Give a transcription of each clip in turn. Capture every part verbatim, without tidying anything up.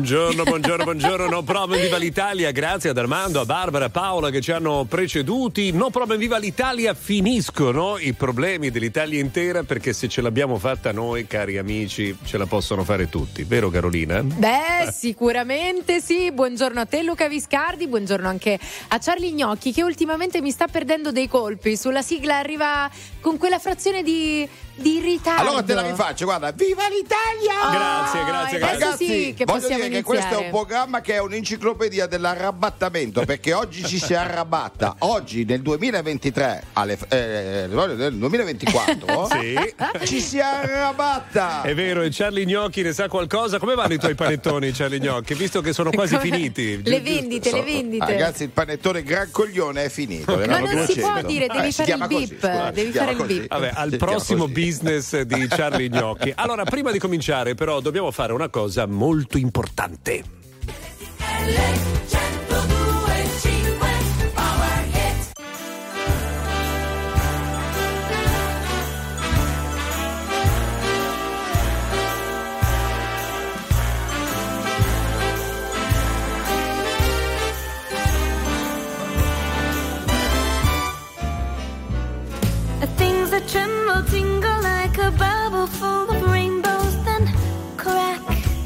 Buongiorno, buongiorno, buongiorno. No Problem Viva l'Italia, grazie ad Armando, a Barbara, a Paola che ci hanno preceduti. No Problem Viva l'Italia, finiscono i problemi dell'Italia intera, perché se ce l'abbiamo fatta noi, cari amici, ce la possono fare tutti, vero Carolina? Beh, sicuramente sì. Buongiorno a te Luca Viscardi, buongiorno anche a Charlie Gnocchi, che ultimamente mi sta perdendo dei colpi. Sulla sigla arriva con quella frazione di, di ritardo. Allora te la rifaccio, guarda, viva l'Italia! Oh, grazie, grazie, grazie. Ragazzi, sì, che voglio possiamo dire iniziare. che questo è un programma che è un'enciclopedia dell'arrabattamento, perché oggi ci si arrabatta. Oggi nel duemilaventitré, alle, eh, nel duemilaventiquattro, Sì. ci si arrabatta. È vero, e Charlie Gnocchi ne sa qualcosa? Come vanno i tuoi panettoni, Charlie Gnocchi? Visto che sono quasi Come- finiti. Le vendite, le vendite. Ragazzi, il panettone Gran Coglione è finito. Ma erano non si duecento. può dire, devi Eh, si fare il chiama così, beep, scusate, devi si chiama fare il così. beep. Vabbè, al Si chiama prossimo così. business di Charlie Gnocchi. Allora, prima di cominciare, però, dobbiamo fare una cosa molto importante. Things that tremble, tingle like a bubble full of rainbows, then crack.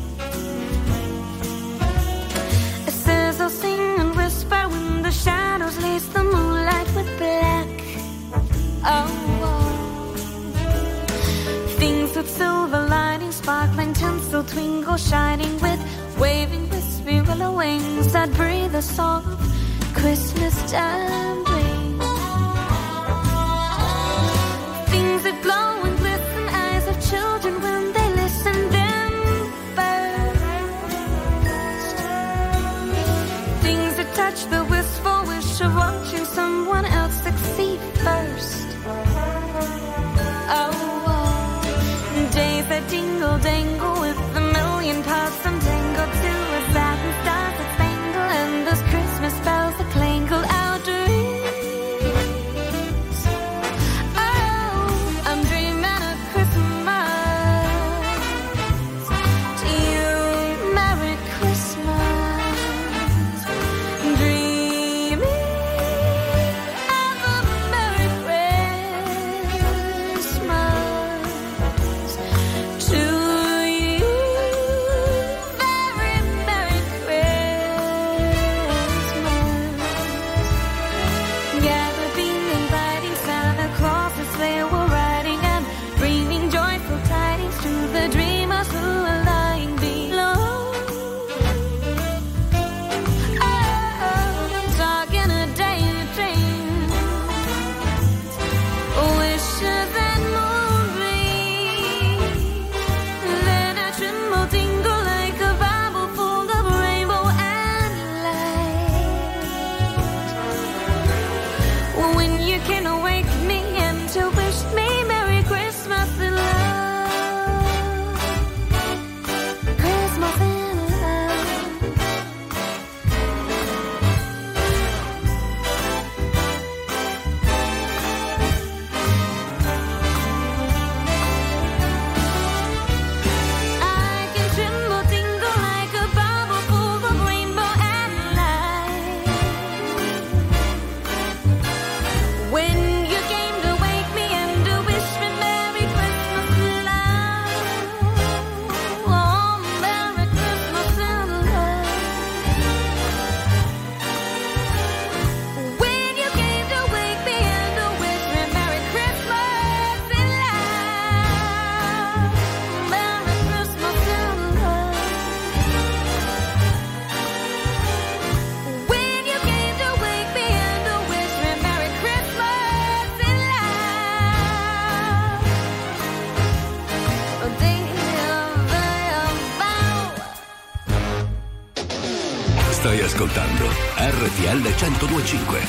It says I'll sing and whisper when the shadows lace the moonlight with black. Oh, oh. Things with silver lining, sparkling tinsel, twinkle, shining with waving wispy willow wings that breathe a soft Christmas time dream. Things that glow and glisten, eyes of children when they listen, then burst. Things that touch the wistful wish of watching someone else succeed first. Oh, oh. Days that dingle dangle with a million parts untangled to a satin star that spangle and those Christmas bells that clangle our dreams. Stai ascoltando R T L centodue e cinque.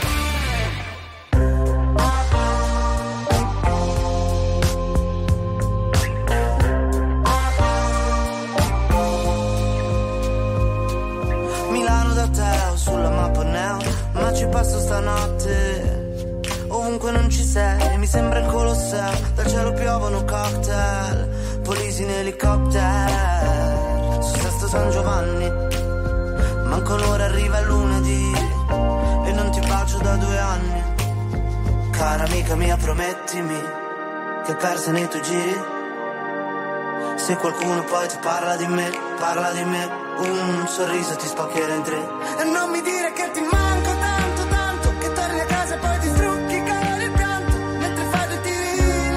Milano da te sulla mappa now, ma ci passo stanotte. Ovunque non ci sei, mi sembra il Colosseo. Dal cielo piovono cocktail, polisi in elicottero. Su Sesto San Giovanni. Manco l'ora, arriva il lunedì e non ti bacio da due anni. Cara amica mia, promettimi che persa nei tuoi giri. Se qualcuno poi ti parla di me, parla di me, un sorriso ti spaccherà in tre. E non mi dire che ti manco tanto, tanto, che torni a casa e poi ti strucchi con il pianto mentre fai due tiri.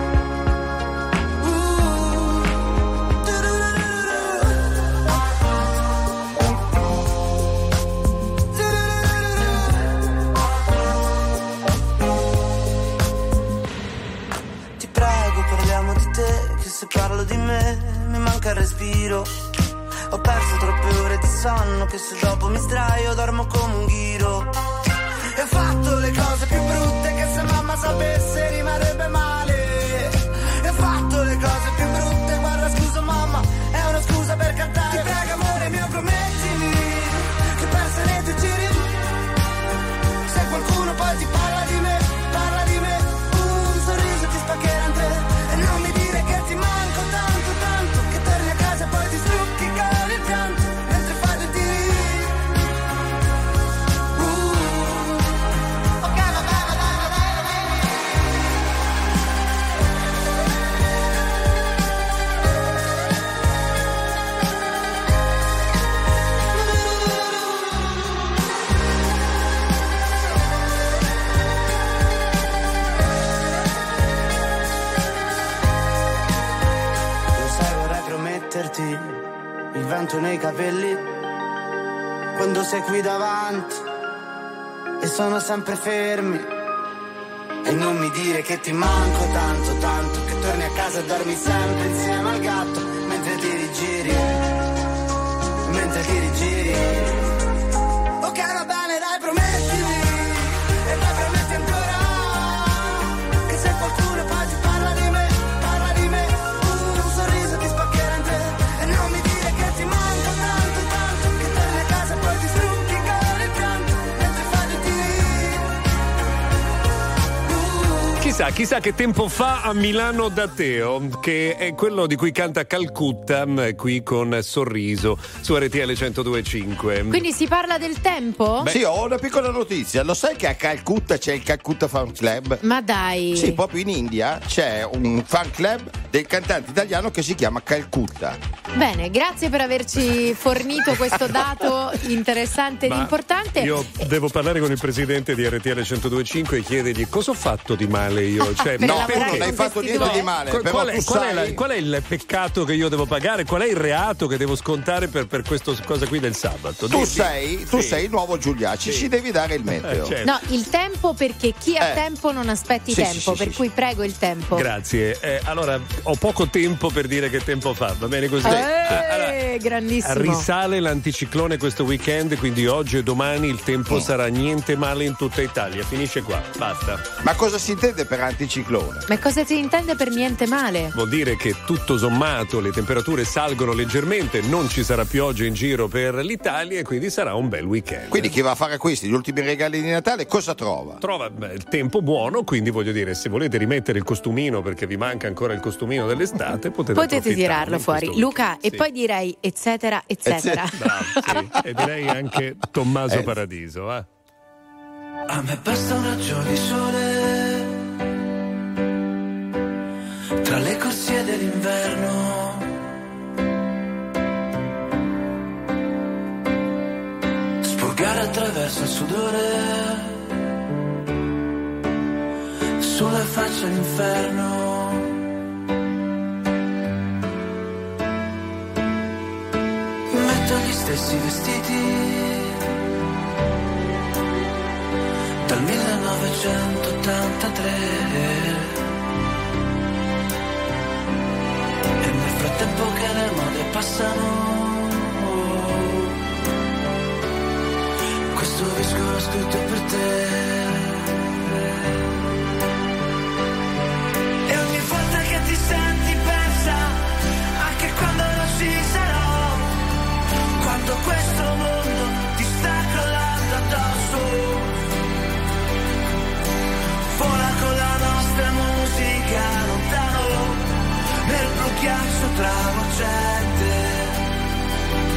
Uh, ti prego, parliamo di te, che se parlo di me mi manca il respiro. Ho perso troppe ore di sonno, che se dopo mi sdraio dormo come un ghiro. E ho fatto le cose più brutte, che se mamma sapesse rimarrebbe male. E ho fatto le cose più brutte, guarda scusa mamma, è una scusa per cantare. Ti prego amore mio, promettimi che persa nei tuoi giri. Se qualcuno poi ti parla di me, parla di me, un sorriso ti spaccherà in tre. E non mi dire che ti manco tanto, tanto, che torni a casa e poi ti strucchi con il pianto mentre fai due tiri. Uh, ok, va bene, va bene, va bene, va bene. Lo sai, vorrei prometterti il vento nei capelli quando sei qui davanti e sono sempre fermi. E non mi dire che ti manco tanto, tanto, che torni a casa e dormi sempre insieme al gatto mentre ti rigiri, mentre ti rigiri. Ok, va bene, dai, promettimi, e poi prometti ancora che se qualcuno poi ti parla di me, parla di me, un sorriso ti spaccherà in tre. E non mi dire che ti manco tanto, tanto, che torni a casa e poi ti strucchi con il pianto mentre fai due tiri. Chissà, chissà che tempo fa a Milano da Teo, che è quello di cui canta Calcutta, mh, qui con Sorriso su R T L centodue e cinque. Quindi si parla del tempo? Sì, ho una piccola notizia. Lo sai che a Calcutta c'è il Calcutta Fan Club? Ma dai. Sì, proprio in India c'è un fan club del cantante italiano che si chiama Calcutta. Bene, grazie per averci fornito questo dato interessante ed Ma importante. Io devo parlare con il presidente di R T L centodue e cinque e chiedergli cosa ho fatto di male io. Cioè, Per no, lavorare tu non hai con fatto questi niente due? di male. Qual, però qual, è, tu qual, è sai... la- qual è il peccato che io devo pagare? Qual è il reato che devo scontare per, per questa cosa qui del sabato? Tu Dimmi. sei, tu Sì. sei il nuovo Giuliacci, Sì. ci devi dare il meteo. Eh, certo. No, il tempo, perché chi ha Eh. tempo non aspetti Sì, tempo, sì, sì, per sì, cui sì. prego il tempo. Grazie. Eh, allora, ho poco tempo per dire che tempo fa, va bene così? Eh, Ah, allora, grandissimo. risale l'anticiclone questo weekend, quindi oggi e domani il tempo Mm. sarà niente male in tutta Italia. Finisce qua, basta. Ma cosa si intende per anticiclone? Ma cosa si intende per niente male? Vuol dire che tutto sommato le temperature salgono leggermente, non ci sarà pioggia in giro per l'Italia e quindi sarà un bel weekend. Quindi chi va a fare acquisti, gli ultimi regali di Natale, cosa trova? Trova beh, il tempo buono, quindi voglio dire, se volete rimettere il costumino perché vi manca ancora il costumino dell'estate, potete Potete approfittarne tirarlo in fuori. questo Luca, weekend. e Sì. poi direi eccetera, eccetera. Bravo, sì. E direi anche Tommaso Eh. Paradiso, eh. A me basta un raggio di sole tra le corsie dell'inverno. Spurgare attraverso il sudore sulla faccia l'inferno. Metto gli stessi vestiti dal millenovecentottantatré e nel frattempo che le mode passano questo disco l'ho scritto per te. E ogni volta che ti senti persa, anche quando non ci sarò, quando questo mondo ti sta crollando addosso, vola con la nostra musica lontano nel blu ghiaccio travolgente.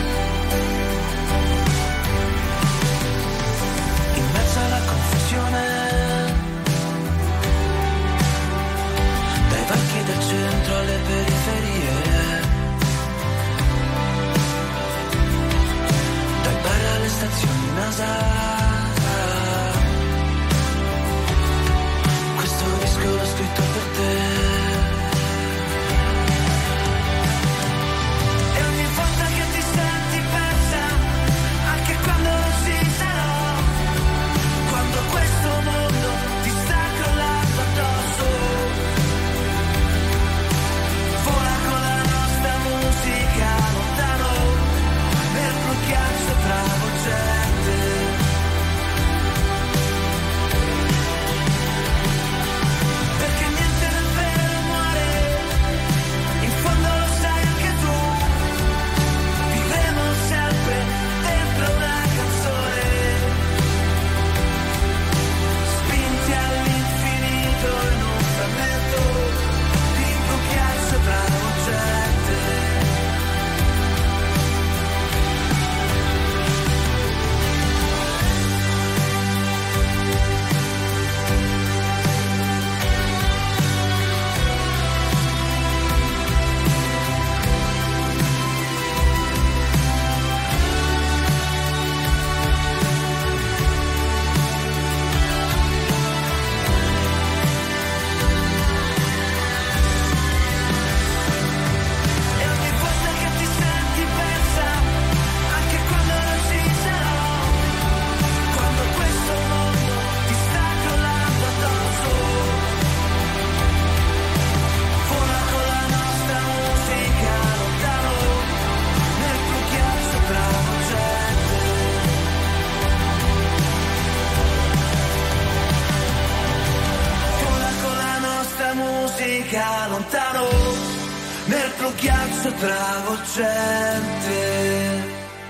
lontano nel blu ghiaccio travolgente.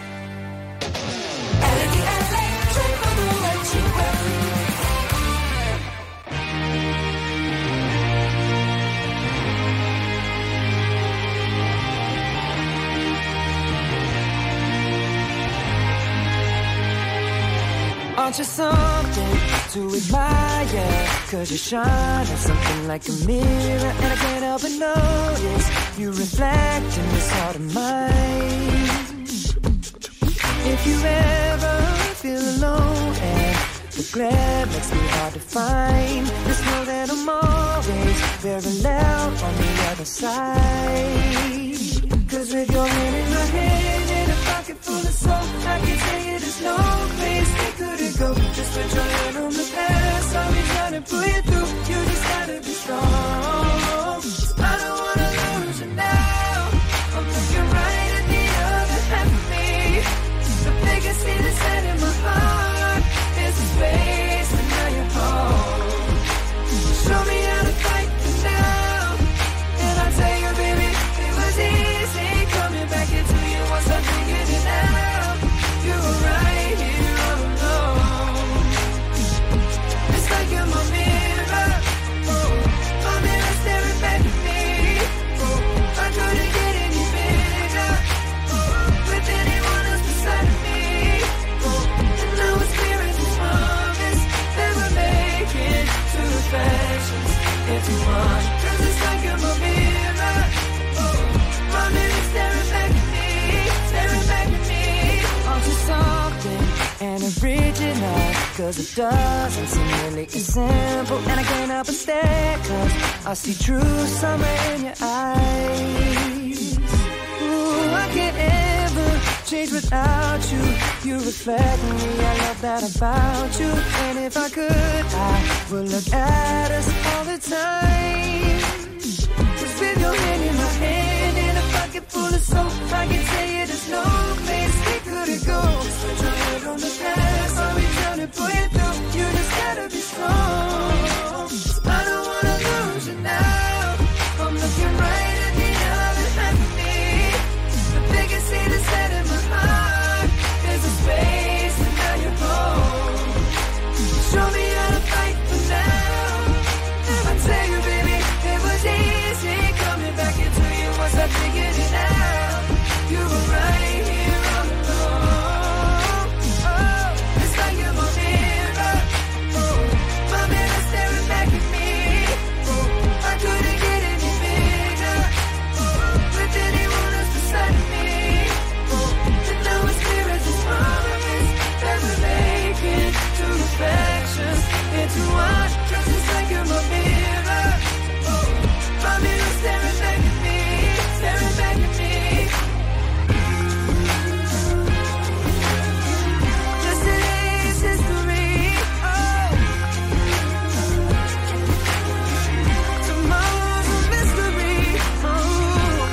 Aren't you something to admire? Cause you shine on something like a mirror, and I can't help but notice you reflect in this heart of mine. If you ever feel alone and the glare makes me hard to find, just know that I'm always very loud on the other side. Cause with your hand in my hand and a pocket full of soul, I can tell you there's no place we couldn't go. Just put your hand on the past, I'll be trying to pull you through. You just gotta be strong. I don't wanna lose you now. I'm looking right at the other half of me. The biggest thing that's set in my heart is the space, and now you're home. Show me how to fight for now, and I'll tell you, baby, it was easy coming back into you once I figured it out. You were right here all alone. It's like you're my mirror, oh, my mirror staring back at me. Oh, I couldn't get any bigger, oh, with anyone else beside of me. Oh, and now it's clear as a promise that we're making two reflections into one. Cause it's like you're my mirror, oh, my mirror staring back at me, staring back at me. Aren't you something and original? Cause it doesn't seem really as simple, and I can't help but stare, cause I see true summer in your eyes. Ooh, I can't ever change without you. You reflect me, I love that about you. And if I could, I would look at us all the time. Just with your hand in my hand and a pocket full of soap, I can tell you there's no place we couldn't go. Just put your head on the past, I'll be trying to pull you through. You just gotta be strong. I don't wanna lose you now. I'm looking right at the other half of me. The biggest thing that's set in my heart is a space, and now you're home. Show me how to fight for now. I tell you, baby, it was easy coming back into you once I figured it out. You were right here all alone. Oh, it's like you're my mirror, oh, my mirror staring back at me. Oh, I couldn't get any bigger, oh, with anyone else beside of me. Oh, and now it's clear as a promise that we're making two reflections into one. Cause it's like you're my mirror, oh, my mirror staring back at me, staring back at me. Yesterday's history, oh, tomorrow's a mystery, oh,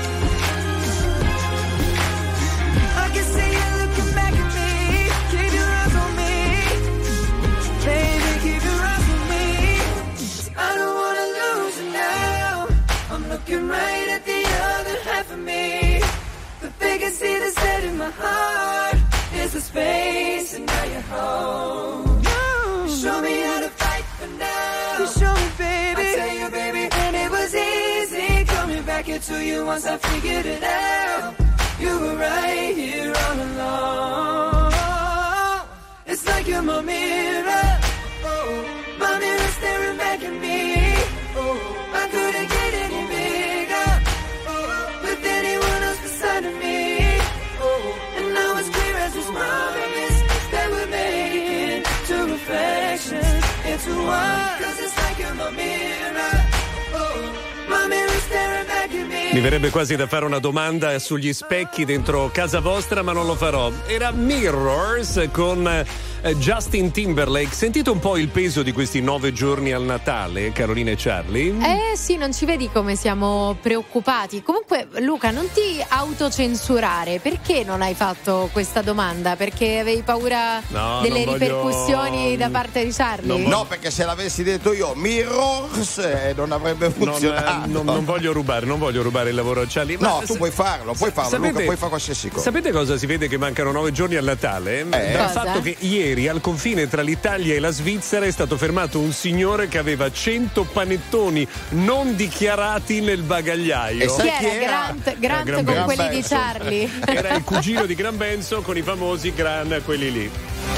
I can see you looking back at me. Keep your eyes on me, baby, keep your eyes on me. I don't wanna lose you now. I'm looking right at the other half of me. The biggest thing that's set in my heart is the space, and now you're home. You show me how to fight for now. You show me, baby. I tell you, baby, and it was easy coming back into you once I figured it out. You were right here all along. It's like you're my mirror, oh, my mirror staring back at me. Oh, I couldn't get any bigger, oh, with anyone else beside of me. Oh, and now it's clear as this promise that we're making two reflections into one. Cause it's like you're my mirror, oh, my mirror staring back at me. Mi verrebbe quasi da fare una domanda sugli specchi dentro casa vostra, ma non lo farò. Era Mirrors con eh, Justin Timberlake. Sentite un po' il peso di questi nove giorni al Natale, Carolina e Charlie? Eh sì, non ci vedi come siamo preoccupati. Comunque Luca, non ti autocensurare, perché non hai fatto questa domanda? Perché avevi paura no, delle voglio... ripercussioni da parte di Charlie? No, perché se l'avessi detto io Mirrors eh, non avrebbe funzionato. Non, non, non voglio rubare, non voglio rubare il lavoro a Charlie. No, ma tu s- puoi farlo, puoi farlo, sapete, Luca, puoi fare qualsiasi cosa. Sapete cosa si vede che mancano nove giorni al Natale? Eh? Dal Cosa? fatto che ieri al confine tra l'Italia e la Svizzera è stato fermato un signore che aveva cento panettoni non dichiarati nel bagagliaio. E Chi sai era? chi era? Grant, Grant Gran con Benson. quelli di Charlie. Era il cugino di Gran Benson con i famosi Gran, quelli lì.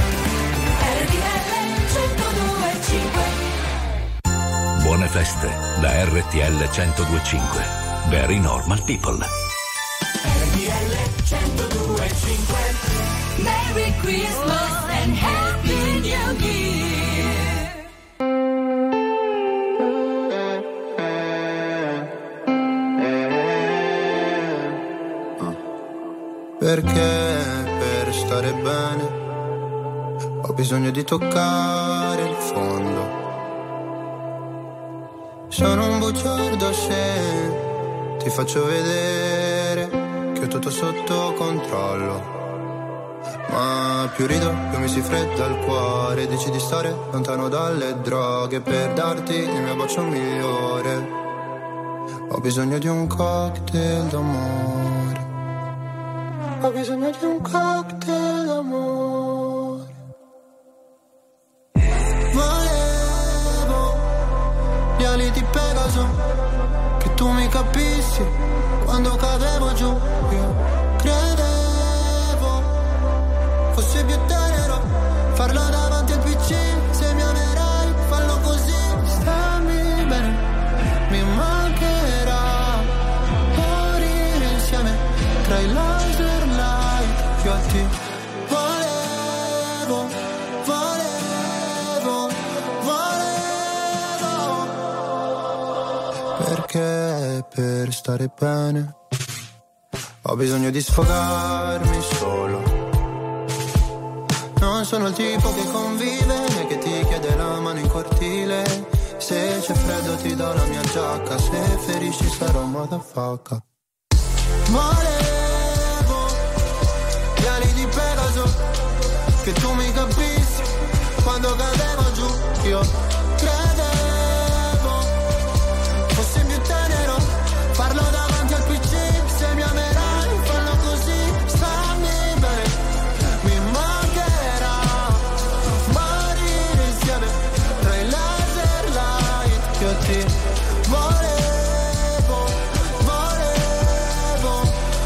Buone feste da R T L centodue e cinque. Very normal people. R T L centodue e cinque. Merry Christmas and Happy New Year. Perché per stare bene ho bisogno di toccare il fondo. Sono un bugiardo se ti faccio vedere che ho tutto sotto controllo. Ma più rido, più mi si fredda il cuore. Dici di stare lontano dalle droghe per darti il mio bacio migliore. Ho bisogno di un cocktail d'amore. Ho bisogno di un cocktail d'amore. Volevo gli ali di Pegaso, che tu mi capissi quando cadevo giù. Io credevo fosse più tenero farlo davanti al P C. Se mi amerai fallo così, stammi bene, mi mancherà morire insieme tra i laser light. Io a te volevo, volevo, volevo. Perché per stare bene ho bisogno di sfogarmi solo. Non sono il tipo che convive né che ti chiede la mano in cortile. Se c'è freddo ti do la mia giacca, se ferisci sarò motherfucker. Volevo gli ali di Pegaso, che tu mi capissi quando cadevo giù. Io credevo fosse più tenero farlo davanti al P C. Se mi amerai fallo così, stammi bene, mi mancherà morire insieme tra i laser light. Io ti volevo, volevo,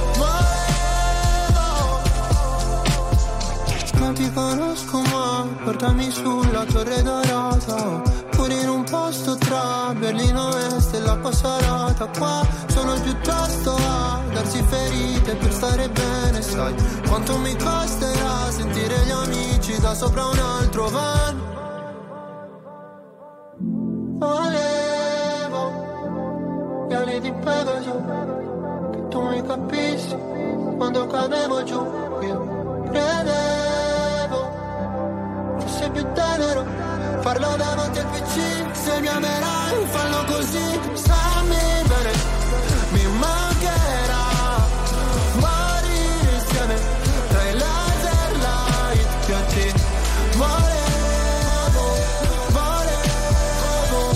volevo. Non ti conosco ma portami sulla Torre Dorata, pure in un posto tra Berlino Est e la Passarata. Qua sono piuttosto a darsi ferite per stare bene. Sai quanto mi costerà sentire gli amici da sopra un altro van. Volevo gli ali di Pegaso, che tu mi capissi quando cadevo giù. Io credevo fosse più tenero farlo davanti al P C. Se mi amerai fallo così, stammi bene, mi mancherà morire insieme tra i laser light. Io ti volevo, volevo,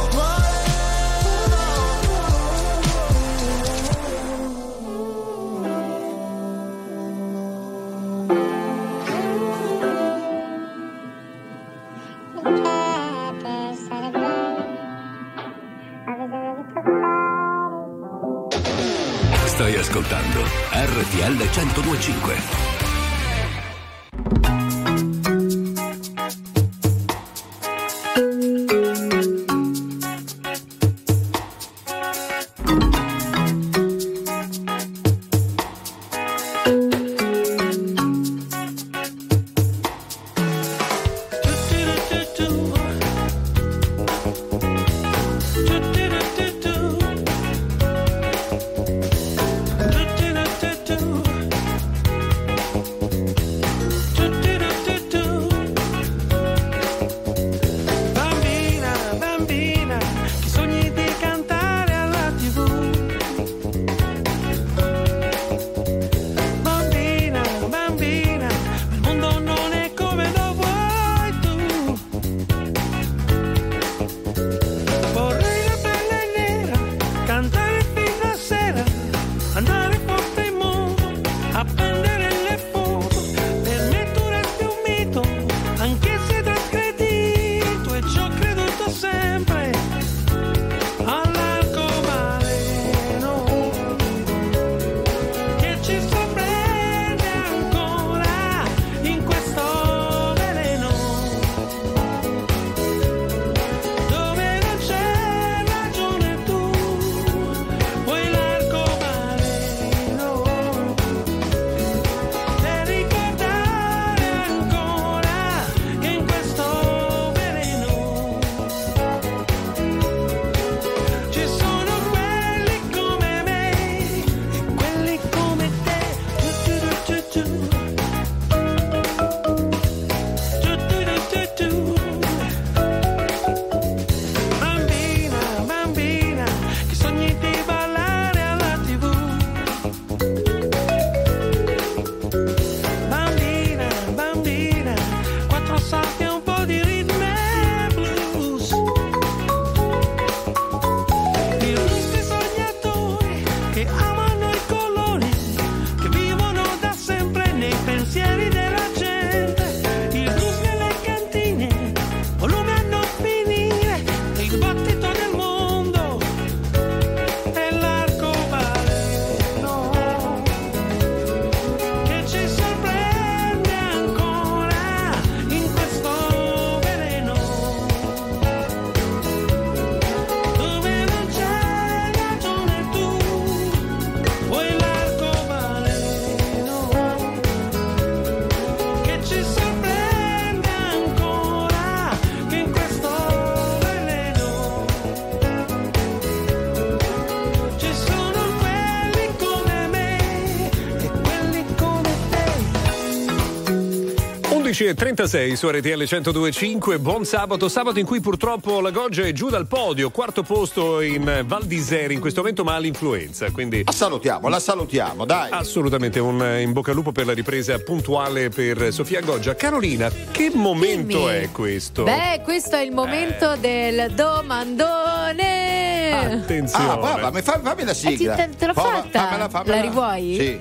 Stai ascoltando R T L centodue e cinque. undici e trentasei su R T L centodue e cinque. Buon sabato, sabato in cui purtroppo la Goggia è giù dal podio, quarto posto in Val d'Isère in questo momento, ma ha l'influenza, quindi la salutiamo, la salutiamo, dai. Assolutamente un in bocca al lupo per la ripresa puntuale per Sofia Goggia. Carolina, che momento Dimmi. è questo? Beh, questo è il momento Eh. del domandone. Attenzione. Ah, guarda, mi fa- fammi la Eh, sigla. ti- te, te l'ho Fa- fatta. fammela, fammela. La rivuoi? Sì.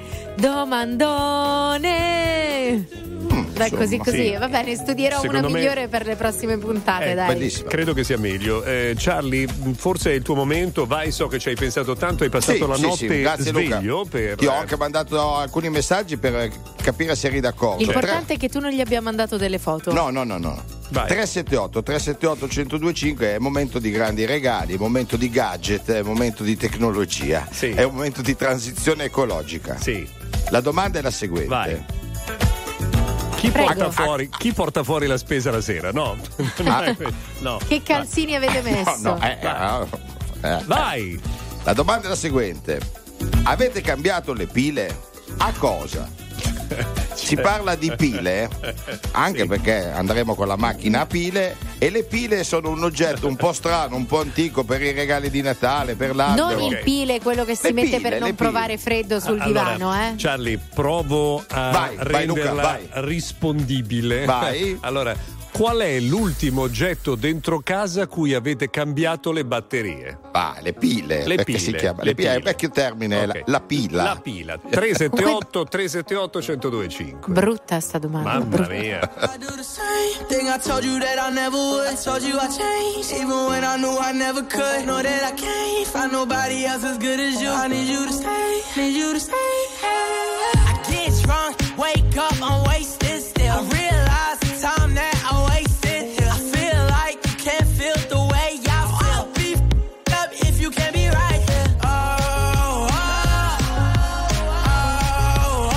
Domandone. Dai, così insomma, così, sì. va bene, studierò Secondo una me- migliore per le prossime puntate, Eh, dai. Bellissimo. Credo che sia meglio. Eh, Charlie, forse è il tuo momento. Vai, so che ci hai pensato tanto, hai passato Sì, la sì, notte sì, grazie sveglio. Luca. Per... Ti ho anche mandato alcuni messaggi per capire se eri d'accordo. L'importante è che tu non gli abbia mandato delle foto. No, no, no, no. Vai. tre sette otto tre sette otto uno zero due cinque è momento di grandi regali, è momento di gadget, è momento di tecnologia, Sì. è un momento di transizione ecologica. Sì. La domanda è la seguente. Vai. Chi Prego. porta, fuori, chi porta fuori la spesa la sera? No. no. Che calzini avete messo? No, no, eh, eh, eh. Vai. La domanda è la seguente. Avete cambiato le pile? A cosa? Si parla di pile anche Sì. perché andremo con la macchina a pile e le pile sono un oggetto un po' strano, un po' antico per i regali di Natale, per l'albero. Non il Ok. pile, quello che si Le mette pile, per le non pile. provare freddo sul Allora, divano, eh? Charlie, provo a Vai, vai, Luca, renderla vai. rispondibile. Vai. Allora, qual è l'ultimo oggetto dentro casa a cui avete cambiato le batterie? Ah, le pile, Le perché pile, si chiama le le pile, è il pile. vecchio termine, Ok. la, la pila. La pila. tre sette otto tre sette otto uno zero due cinque. Brutta sta domanda. Mamma brutta. mia. I do the same thing I told you that I never would. I told you I changed, even when I knew I never could. Know that I can't find nobody else as good as you. I need you to stay, need you to stay. I get drunk, wake up, I'm wasted still. I realize the time that I wasted here. I feel like you can't feel the way I feel. I'll be f***ed up if you can't be right here. Oh, oh, oh, oh,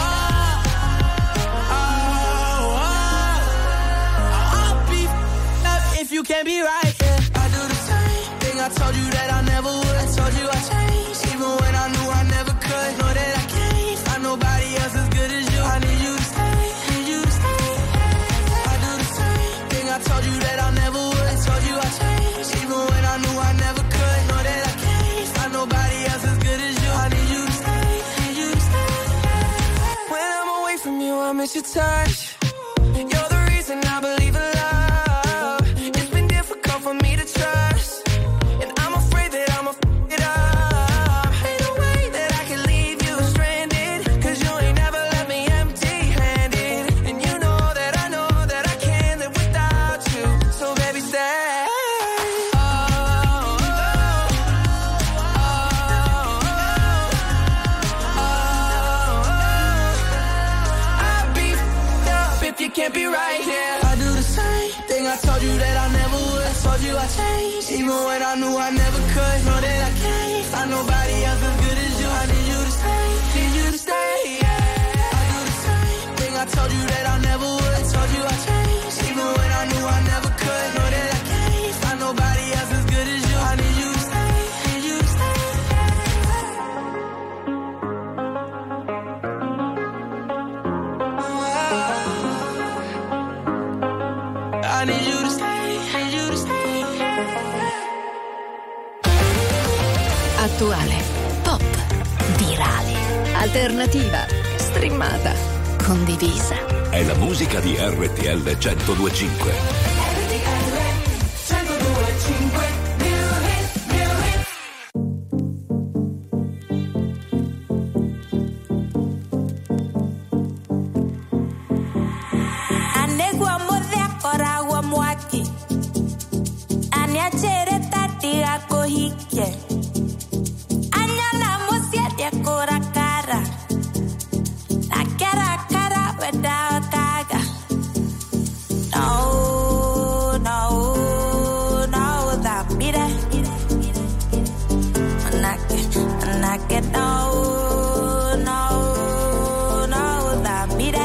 oh, oh. I'll be f***ed up if you can't be right here. I do the same thing I told you that I never would. I told you I changed, even when I knew I never could. Know that I can't find nobody else as good as you. I need you to stay, need you to stay. I do the same thing I told you that I never would. I told you I changed, even when I knew I never could. Know that I can't find nobody else as good as you. I need you to stay, need you to stay. When I'm away from you, I miss your touch. You're the reason I believe in love. It's been difficult for me to trust, and I'm afraid that I'ma f*** it up. Ain't no way that I can leave you stranded, 'cause you ain't never left me empty-handed. And you know that I know that I can't live without you. So baby, stay. Oh, oh, oh, oh, oh. I'll be f***ed up if you can't be right here. I do the same thing I told you that I never would. I told you I changed, even when I knew I never could. Know that I can't find nobody else as good as you. I need you to stay, need you to stay. Yeah. I do the same thing I told you that I never would. I told you I changed, even when I knew I never could. Know that I can't find nobody else as good as you. I need you to stay, need you to stay. I need you to stay, need you to stay. Attuale, pop, virale, alternativa, streamata, condivisa. È la musica di R T L centodue e cinque. Anegwa modhe kora wa mwaki Anya chere tati ako hike Anya na musia de kora kara Na kara kara weda kaga No, no, no, that mire Anake, anake, no, no, no, that mire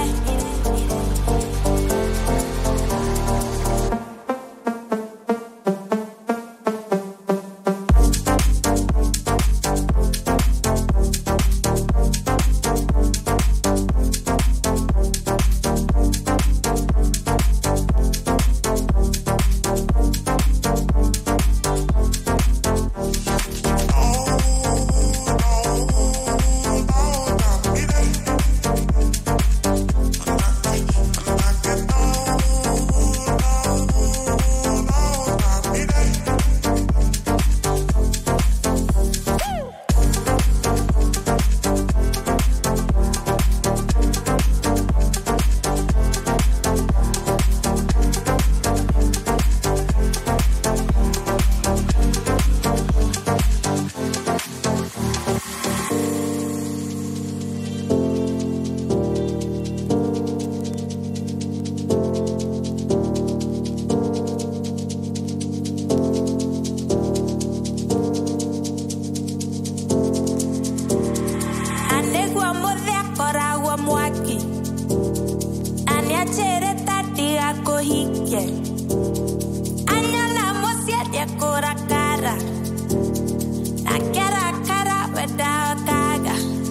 da. Nakera kara without kaga.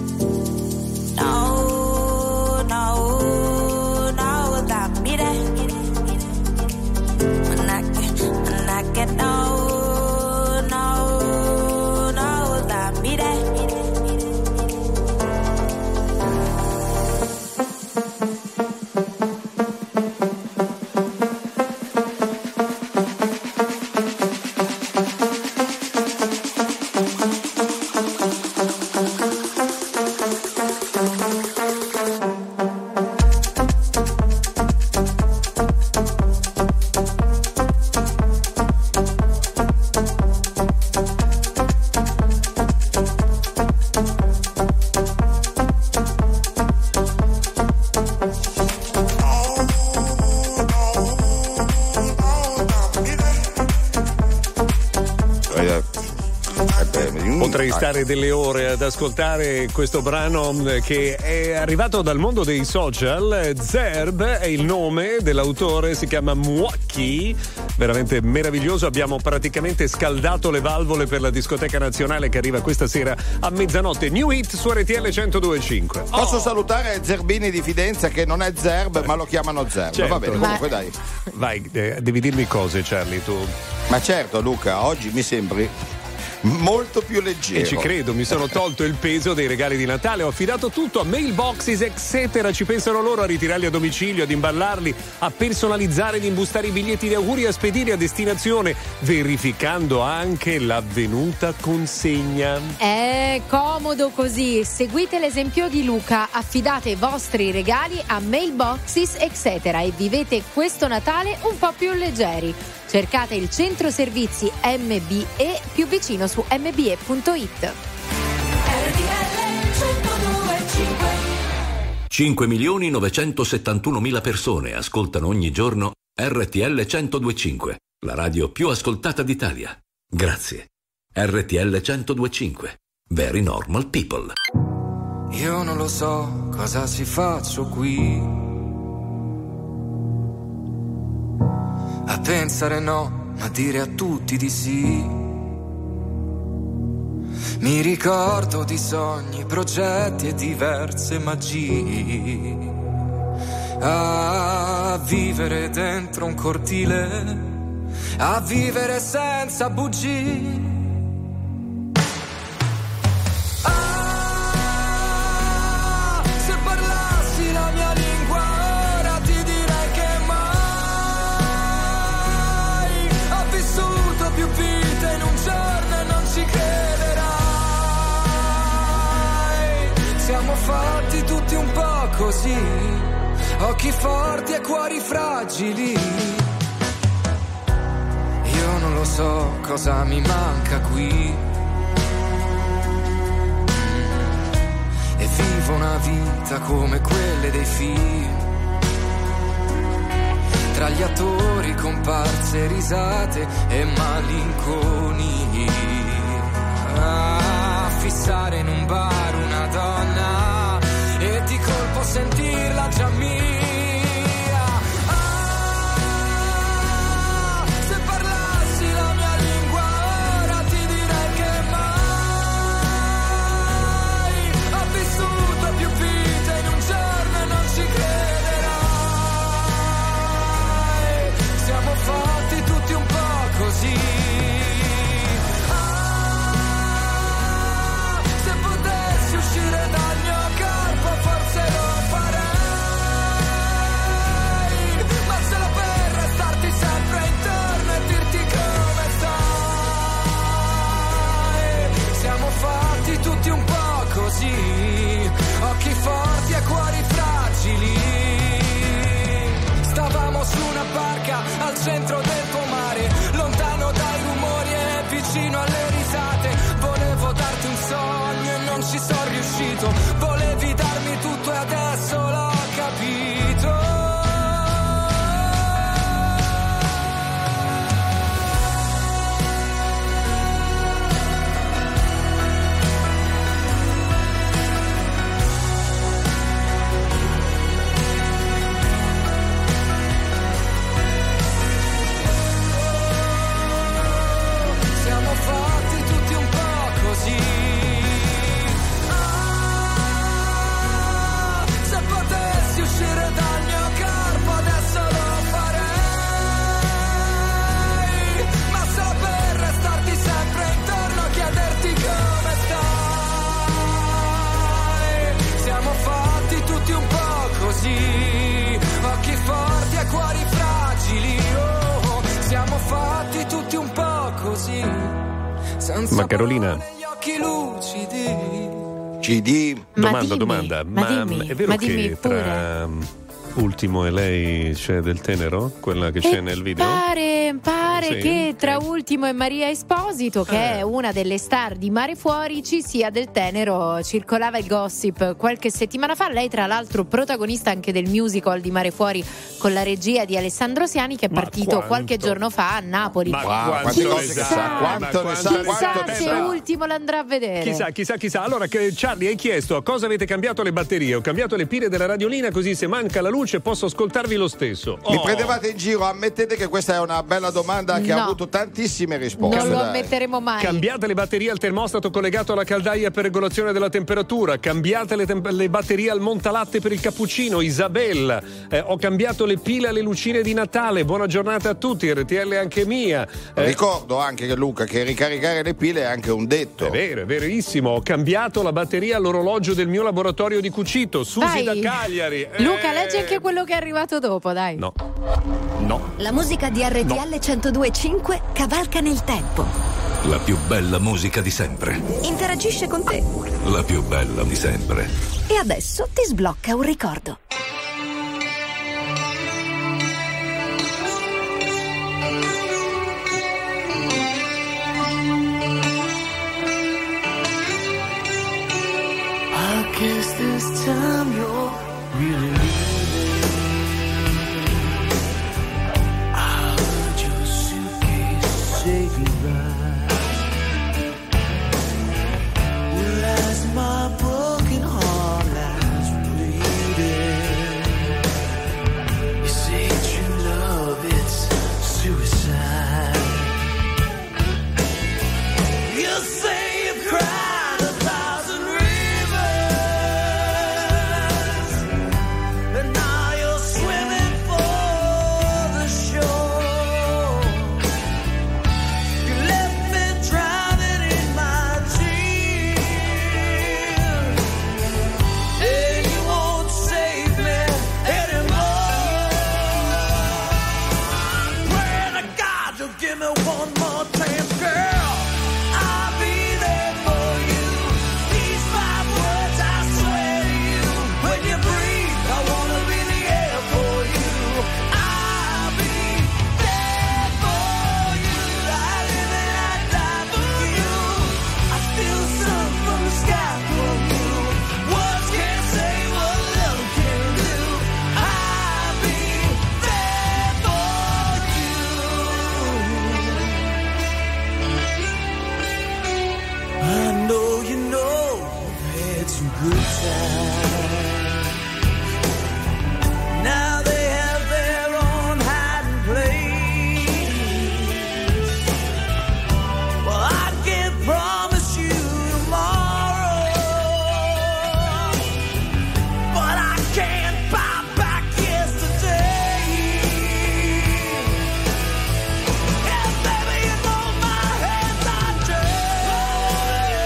No, no, no, da mire. Manake, manake, no, no, no, da mire. Potrei stare delle ore ad ascoltare questo brano che è arrivato dal mondo dei social. Zerb è il nome dell'autore, si chiama Mwaki, veramente meraviglioso. Abbiamo praticamente scaldato le valvole per la discoteca nazionale che arriva questa sera a mezzanotte. New Hit su R T L centodue e cinque. Oh. Posso salutare Zerbini di Fidenza che non è Zerb ma lo chiamano Zerb. Certo. Va bene, comunque dai. Vai, eh, devi dirmi cose, Charlie, tu. Ma certo, Luca, oggi mi sembri molto più leggero. E ci credo, mi sono tolto il peso dei regali di Natale, ho affidato tutto a mailboxes eccetera, ci pensano loro a ritirarli a domicilio, ad imballarli, a personalizzare, ad imbustare i biglietti di auguri, a spedire a destinazione, verificando anche l'avvenuta consegna. È comodo così, seguite l'esempio di Luca, affidate i vostri regali a mailboxes eccetera e vivete questo Natale un po' più leggeri. Cercate il centro servizi M B E più vicino su m b e punto i t. cinque milioni novecentosettantunomila persone ascoltano ogni giorno R T L centodue e cinque, la radio più ascoltata d'Italia. Grazie. R T L centodue e cinque. Very normal people. Io non lo so cosa si faccio qui a pensare no, ma dire a tutti di sì. Mi ricordo di sogni, progetti e diverse magie. A vivere dentro un cortile, a vivere senza bugie. Ah, se parlassi la mia lingua ora ti direi che mai ho vissuto più vite in un giorno e non ci crederai. Siamo fatti tutti un po' così, occhi forti e cuori fragili. Io non lo so cosa mi manca qui e vivo una vita come quelle dei film, tra gli attori, comparse, risate e malinconia. Ah, fissare in un bar una donna e di colpo sentirla già mia. Ah, se parlassi la mia lingua ora ti direi che mai ho vissuto più vite in un giorno e non ci crederai. Siamo fatti tutti un po' così. Ah, se potessi uscire dal mio corpo forse lo farei, ma solo per restarti sempre intorno e dirti come stai. Siamo fatti tutti un po' così, occhi forti e cuori fragili. Stavamo su una barca al centro del pomare, lontano dai rumori e vicino alle risate. Volevo darti un sogno e non ci sono riuscito, volevi darmi tutto e adesso l'ho capito. Siamo fatti Ma Carolina, occhi lucidi. C D. Ma domanda, dimmi, domanda, ma ma, dimmi, è vero ma che dimmi tra Ultimo e lei c'è del tenero? Quella che c'è E nel video? Pare, pare Sì, che tra sì. Ultimo e Maria Esposito, che Eh. è una delle star di Mare Fuori, ci sia del tenero. Circolava il gossip qualche settimana fa. Lei, tra l'altro, protagonista anche del musical di Mare Fuori con la regia di Alessandro Siani, che è Ma partito quanto? qualche giorno fa a Napoli. Ma Wow, quanto quante ne cose che sa, sa, ma quanto ne sa, quanto ne quanto sa. ne Chissà se sa. Ultimo l'andrà a vedere. Chissà, chissà, chissà. Allora, che Charlie, hai chiesto a cosa avete cambiato le batterie? Ho cambiato le pile della radiolina, così se manca la luce posso ascoltarvi lo stesso. Mi Oh. prendevate in giro, ammettete che questa è una bella domanda che No. ha avuto tantissime risposte. Non lo dai. ammetteremo mai. Cambiate le batterie al termostato collegato alla caldaia per regolazione della temperatura. Cambiate le, temp- le batterie al montalatte per il cappuccino. Isabella, eh, ho cambiato le pile alle lucine di Natale. Buona giornata a tutti. R T L anche mia. Eh, Ricordo anche che Luca che ricaricare le pile è anche un detto. È vero, è verissimo. Ho cambiato la batteria all'orologio del mio laboratorio di cucito. Susi Dai. da Cagliari. Luca, Eh. leggi anche quello che è arrivato dopo, dai. No. No. La musica di R T L centodue e cinque cavalca nel tempo. La più bella musica di sempre. Interagisce con te. La più bella di sempre. E adesso ti sblocca un ricordo. I guess this time you're really leaving. I heard your suitcase say goodbye. Well, as my broken heart lies bleeding, you say true love, it's suicide. You say you've cried a thousand and now you're swimming for the shore. You left me drowning in my tears, and you won't save me anymore. Pray to God you'll give me one more chance, girl. I'll be there for you. These five words I swear to you. When you breathe, I wanna be the air for you. I'll be there for you. I live and I die for you. I steal the sun from the sky for you. Words can't say what love can do. I'll be there for you. I know you know we've had some good times. Now they have their own hiding place. Well, I can't promise you tomorrow, but I can't buy back yesterday. Yeah, baby, you know my hands are dirty,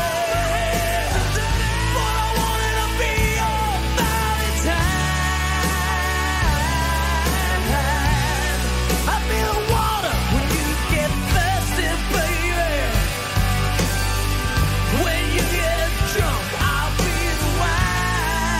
but I wanted to be your Valentine. I feel the water when you get thirsty, baby. When you get drunk, I'll be the wine.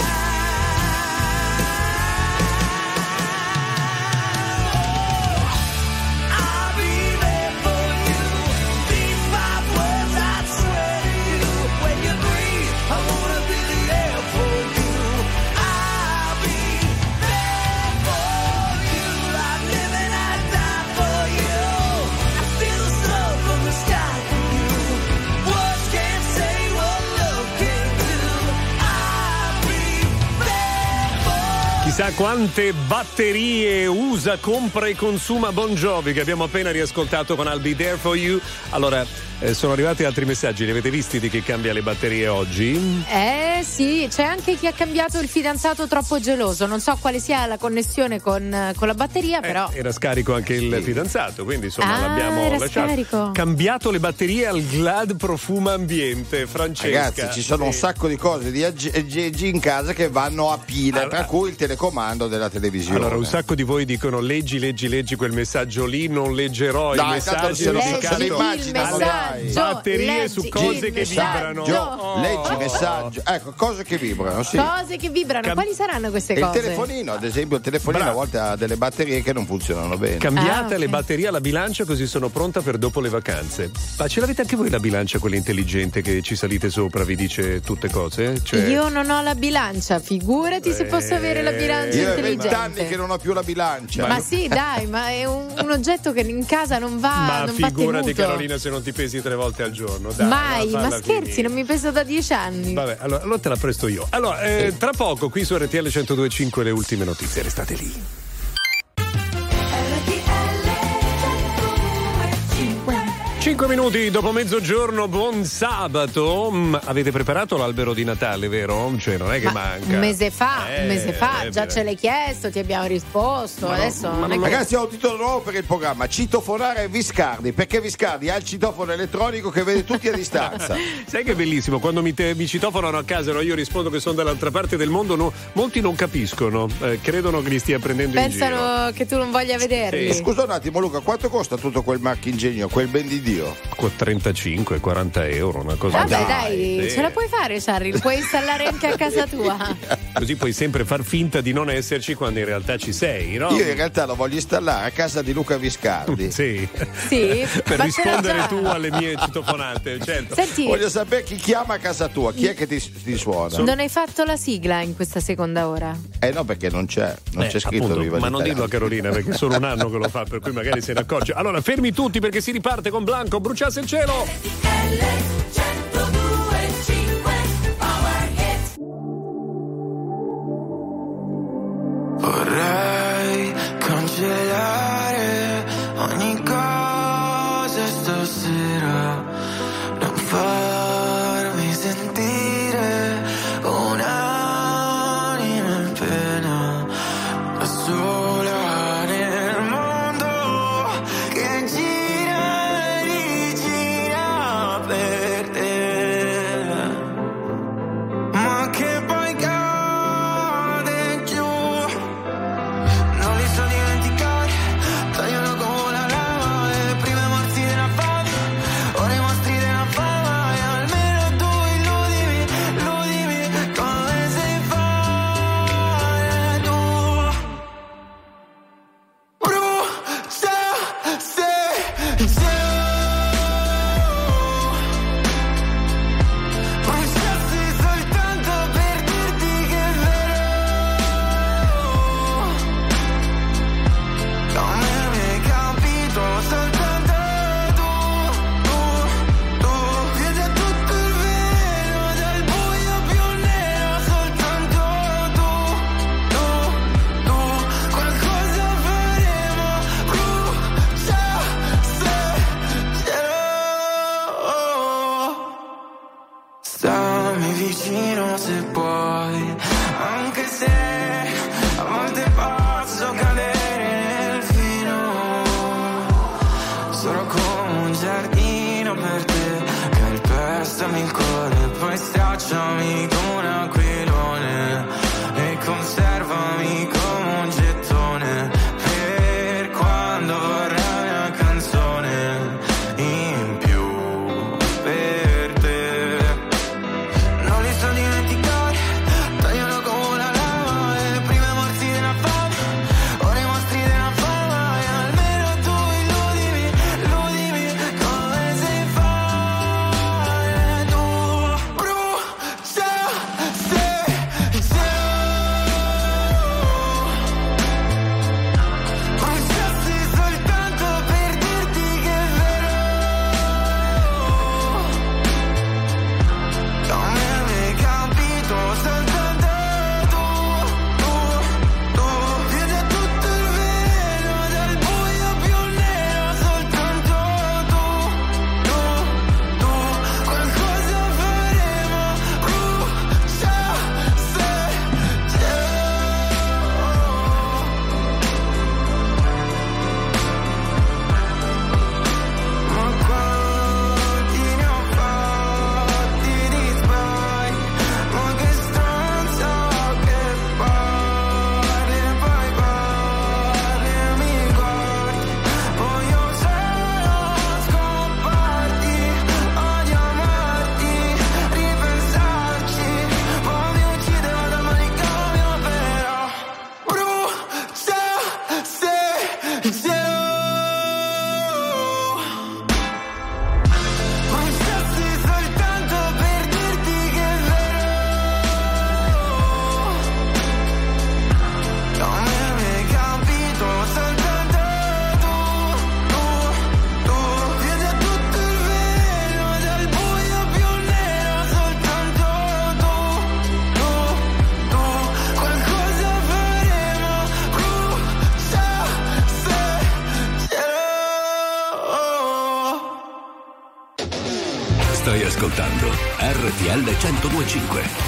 I'll be there for you. These five words I swear to you. When you breathe, I wanna be the air for you. I'll be there for you. I live and I die for you. I steal the sun from the sky for you. Words can't say what love can do. I'll be there for you. Chissà quante batterie usa, compra e consuma Bon Jovi, che abbiamo appena riascoltato con I'll Be There For You. Allora, eh, sono arrivati altri messaggi, li avete visti di chi cambia le batterie oggi? Eh sì, c'è anche chi ha cambiato il fidanzato troppo geloso. Non so quale sia la connessione con, con la batteria, però. Eh, era scarico anche il fidanzato, quindi insomma Ah, l'abbiamo era lasciato. scarico. Cambiato le batterie al Glad Profuma Ambiente, Francesca. Ragazzi, ci sono un Sì. sacco di cose di A G G in casa che vanno a pile, Allora- tra cui il telecomando della televisione. Allora, un sacco di voi dicono leggi, leggi, leggi quel messaggio lì, non leggerò Dai, i tanto messaggi se lo- dedicato se lo immaginano. alle messaggio. Batterie su leggi cose il che messaggio. vibrano. Oh. Leggi messaggio, ecco, cose che vibrano, sì. Cose che vibrano. Cam- Quali saranno queste E il cose? telefonino, ad esempio, il telefonino Bravo. a volte ha delle batterie che non funzionano bene. Cambiate Ah, ok. le batterie alla bilancia così sono pronta per dopo le vacanze. Ma ce l'avete anche voi la bilancia, quella intelligente che ci salite sopra, vi dice tutte cose? Cioè... Io non ho la bilancia, figurati se posso avere la bilancia Io ho intelligente. vent'anni che non ho più la bilancia. Ma sì, dai, ma è un, un oggetto che in casa non va, Ma non va figurati, tenuto. Carolina, se non ti pesi tre volte al giorno. Dai, Mai, va, ma falla scherzi, finire. non mi peso da dieci anni. Vabbè, allora, allora te la presto io. Allora, eh, tra poco qui su R T L centodue e cinque le ultime notizie, restate lì. Cinque minuti dopo mezzogiorno, buon sabato. Mm, avete preparato l'albero di Natale, vero? Cioè, non è che Ma manca. un mese fa, Eh, un mese fa, eh, già beh. ce l'hai chiesto, ti abbiamo risposto. Ma no, Adesso ma non è non- che... Ragazzi, ho un titolo nuovo per il programma: citofonare Viscardi, perché Viscardi ha il citofono elettronico che vede tutti a distanza. Sai che è bellissimo? Quando mi, te, mi citofonano a casa, no? Io rispondo che sono dall'altra parte del mondo, no? Molti non capiscono, eh, credono che li stia prendendo in giro. Pensano che tu non voglia vederli. Sì. Scusa un attimo, Luca, quanto costa tutto quel marchingegno, quel ben di Dio? trentacinque quaranta euro, una cosa Vabbè, così. dai, Sì. ce la puoi fare, Charlie? Lo puoi installare anche a casa tua. Così puoi sempre far finta di non esserci quando in realtà ci sei, no? Io in realtà lo voglio installare a casa di Luca Viscardi. Sì. Sì, Per ma rispondere c'era già. tu alle mie citofonate, certo. Senti, Voglio sapere chi chiama a casa tua, chi è che ti, ti suona? non hai fatto la sigla in questa seconda ora? Eh no, perché non c'è, non Eh, c'è scritto appunto, Viva ma non l'Italia. dirlo a Carolina perché è solo un anno che lo fa, per cui magari se ne accorge. Allora fermi tutti perché si riparte con Blanco, bruciasse il cielo. Vorrei cancellare ogni cosa stasera, non farmi sentire un'anima in pena, da sola nel mondo che gira e rigira per te, ma che poi cade giù. Non li so dimenticare, tagliano come la lava, le prime morsi della fama, ora i mostri della fama, e almeno tu illudimi, illudimi come sei fare tu. Brucia se bruciassi soltanto per dirti che è vero. Come mi hai capito soltanto tu, tu, tu. Chiedi a tutto il vero dal buio più nero, soltanto tu, tu, tu. Qualcosa faremo, brucia se cielo. Stammi vicino se puoi, anche se a volte posso cadere nel filo. Sono come un giardino per te, calpestami il cuore, poi stracciami come un aquilone e conservami come un gettone per quando vorrai una canzone in più per te. Non li so dimenticare, tagliano come la lava, e le prime morsi della fama, ora i mostri della fama, e almeno tu illudimi, illudimi come sei fare tu. Brucia se cielo. Stai ascoltando R T L centodue e cinque.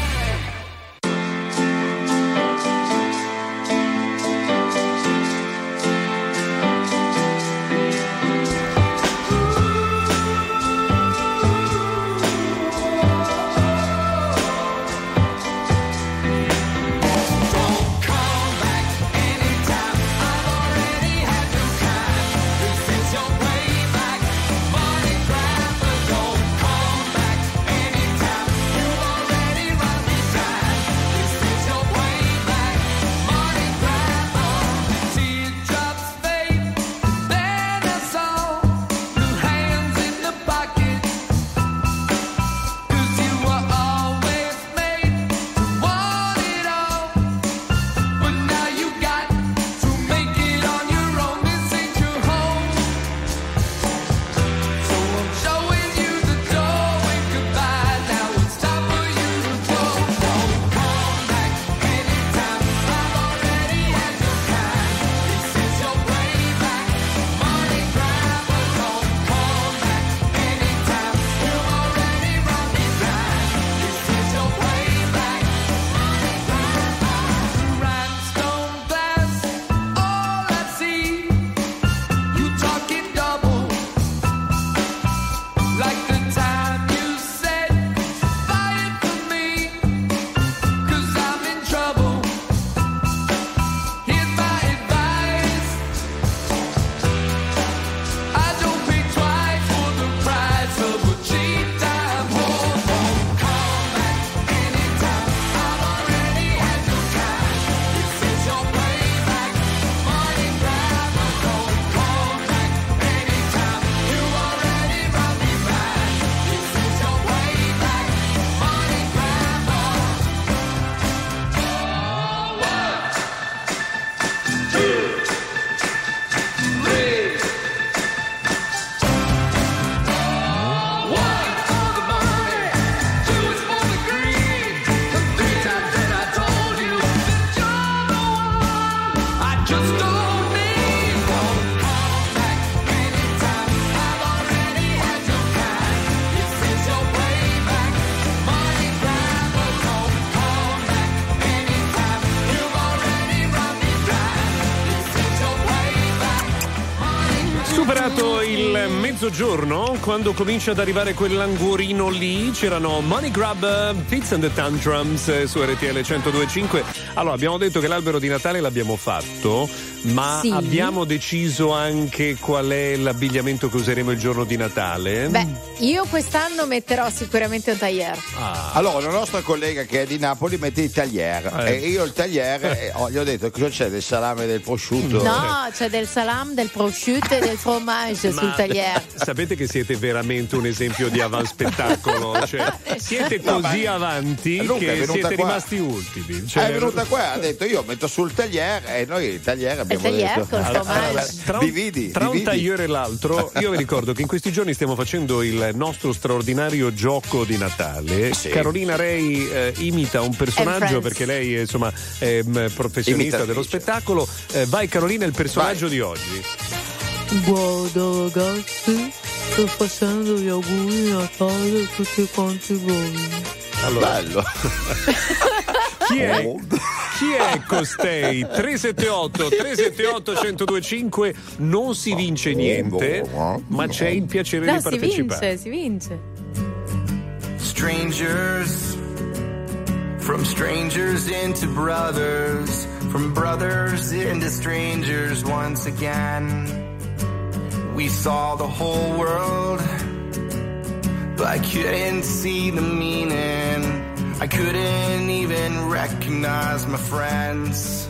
Mezzogiorno, quando comincia ad arrivare quell'anguorino lì, c'erano Money Grab, Fits and the Tantrums su R T L centodue e cinque. Allora, abbiamo detto che l'albero di Natale l'abbiamo fatto, ma sì. Abbiamo deciso anche qual è l'abbigliamento che useremo il giorno di Natale. Beh, io quest'anno metterò sicuramente un tailleur. Ah. Allora, la nostra collega che è di Napoli mette il tagliere eh. e io il tagliere eh, oh, gli ho detto che c'è del salame e del prosciutto. No, c'è del salame, del prosciutto e del fromage sul tagliere. Sapete che siete veramente un esempio di avanspettacolo, cioè, siete no, così avanti Luca che siete qua. rimasti ultimi. Cioè, è venuta qua, ha detto io metto sul tagliere e noi il tagliere abbiamo il tagliere detto. Con allora, tra un, dividi, tra dividi. un tagliere e l'altro, io vi ricordo che in questi giorni stiamo facendo il nostro straordinario gioco di Natale. Sì. Carolina Rei eh, imita un personaggio perché lei è insomma è, m, professionista Imitatrice. dello spettacolo. Eh, vai Carolina, il personaggio vai. di oggi. Guarda ragazzi, sto facendo gli auguri di Natale a tutti quanti voi. Allora. Bello. Chi è, chi è costei? tre sette otto tre sette otto uno zero due cinque. Non si vince niente, ma c'è il piacere no, di partecipare. Si vince, si vince. Strangers, from strangers into brothers, from brothers into strangers once again. We saw the whole world, but I couldn't see the meaning. I couldn't even recognize my friends.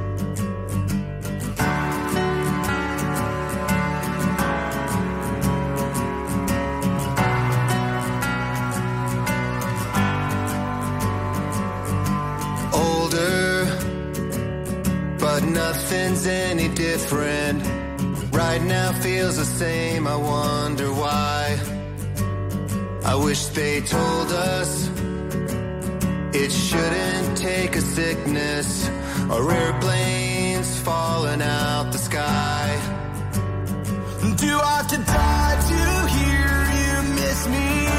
Older, but nothing's any different. Right now feels the same, I wonder why. I wish they told us it shouldn't take a sickness or airplanes falling out the sky. Do I have to die to hear you miss me?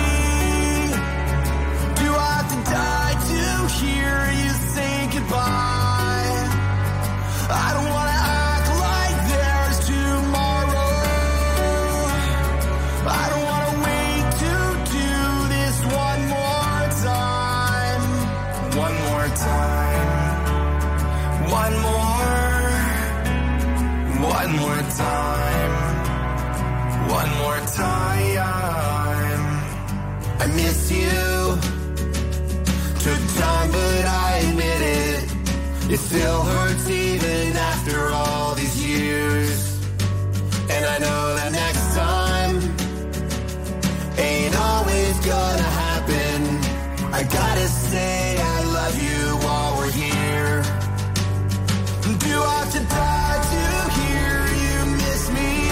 miss you. Took time, but I admit it. It still hurts even after all these years. And I know that next time ain't always gonna happen. I gotta say I love you while we're here. Do I have to die to hear you miss me?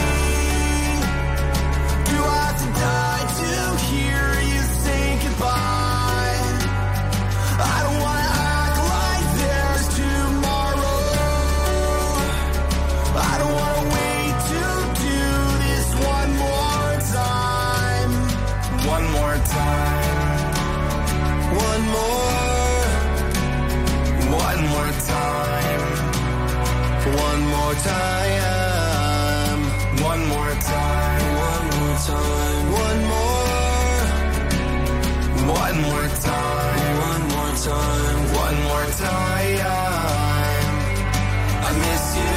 Do I have to die to hear you say goodbye? I don't wanna act like there's tomorrow. I don't wanna wait to do this one more time. One more time. One more. One more time. One more time. One more time. One more time. One more. One more time. One more time. One more time. I miss you.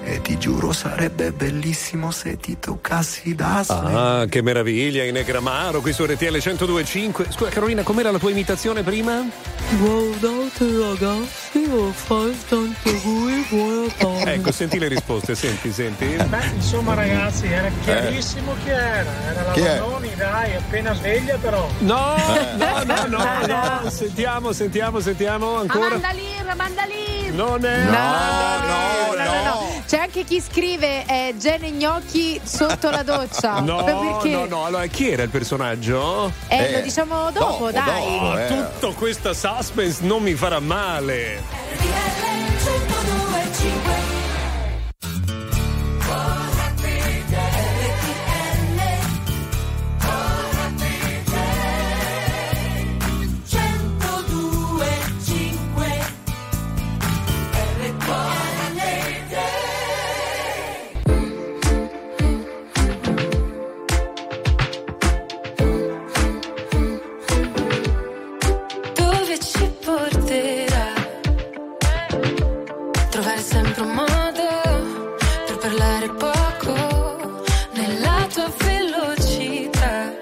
E ti giuro sarebbe bellissimo se ti toccassi da sola. Ah, che meraviglia, in Negramaro, qui su R T L centodue e cinque. Scusa Carolina, com'era la tua imitazione prima? Guardate ragazzi, ho fatto tanti auguri, buona tarde. Ecco, senti le risposte, senti, senti. Beh, insomma ragazzi, era chiarissimo chi era. Era la Chi è? Vanoni, dai, appena sveglia però. No, no, no, no, no, sentiamo, sentiamo, sentiamo ancora. Amanda Lear, Amanda Lear. Non è No, no, no, no, no. C'è anche chi scrive eh, Gene Gnocchi sotto la doccia. No, Perché? no, no, allora chi era il personaggio? Eh, lo diciamo dopo, dai. Oh, tutto questa suspense non mi farà male. Dove ci porterà? Trovare sempre un modo per parlare poco nella tua velocità.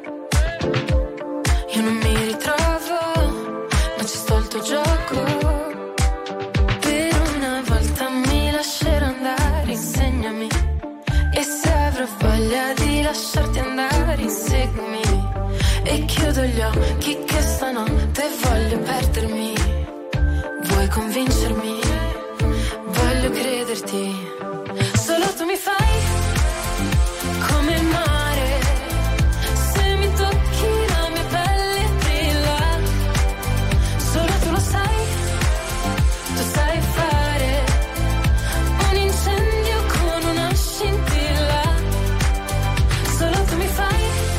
Io non mi ritrovo, ma ci sto il tuo gioco. Per una volta mi lascerò andare, insegnami. E se avrò voglia di lasciarti andare, inseguimi. E chiudo gli occhi che stanotte voglio perdermi. Vuoi convincermi? Voglio crederti. Solo tu mi fai come il mare. Se mi tocchi la mia pelle brilla. Solo tu lo sai. Tu sai fare un incendio con una scintilla. Solo tu mi fai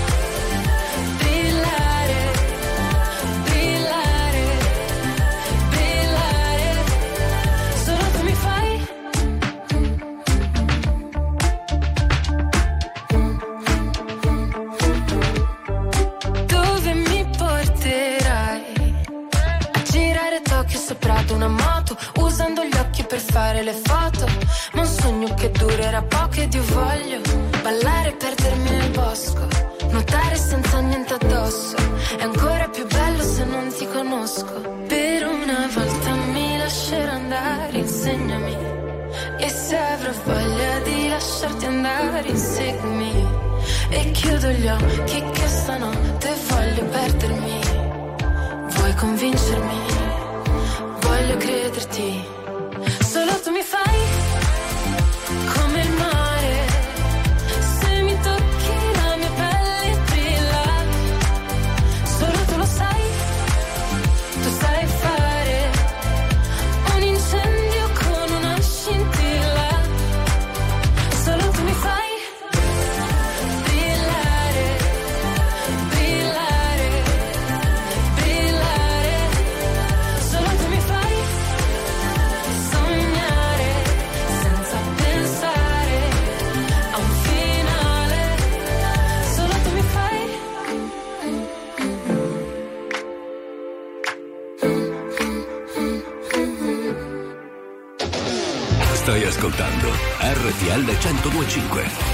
brillare, brillare, brillare. Solo tu mi fai. Dove mi porterai? A girare Tokyo sopra ad una moto, usando gli occhi per fare le foto. Ma un sogno che durerà poco ed io voglio ballare e perdermi nel bosco, nuotare senza niente addosso. È ancora più bello se non ti conosco. Per una volta mi lascerò andare, insegnami. E se avrò voglia di lasciarti andare, inseguimi. E chiudo gli occhi che stanotte voglio perdermi. Vuoi convincermi? Voglio crederti. Solo tu mi fai come il mare. Se mi tocchi la mia pelle brilla. Solo tu lo sai. Tu sai fare un incendio con una scintilla. Solo tu mi fai brillare, brillare, brillare. Solo tu mi fai sognare senza pensare a un finale. Solo tu mi fai. Stai ascoltando R T L centodue e cinque.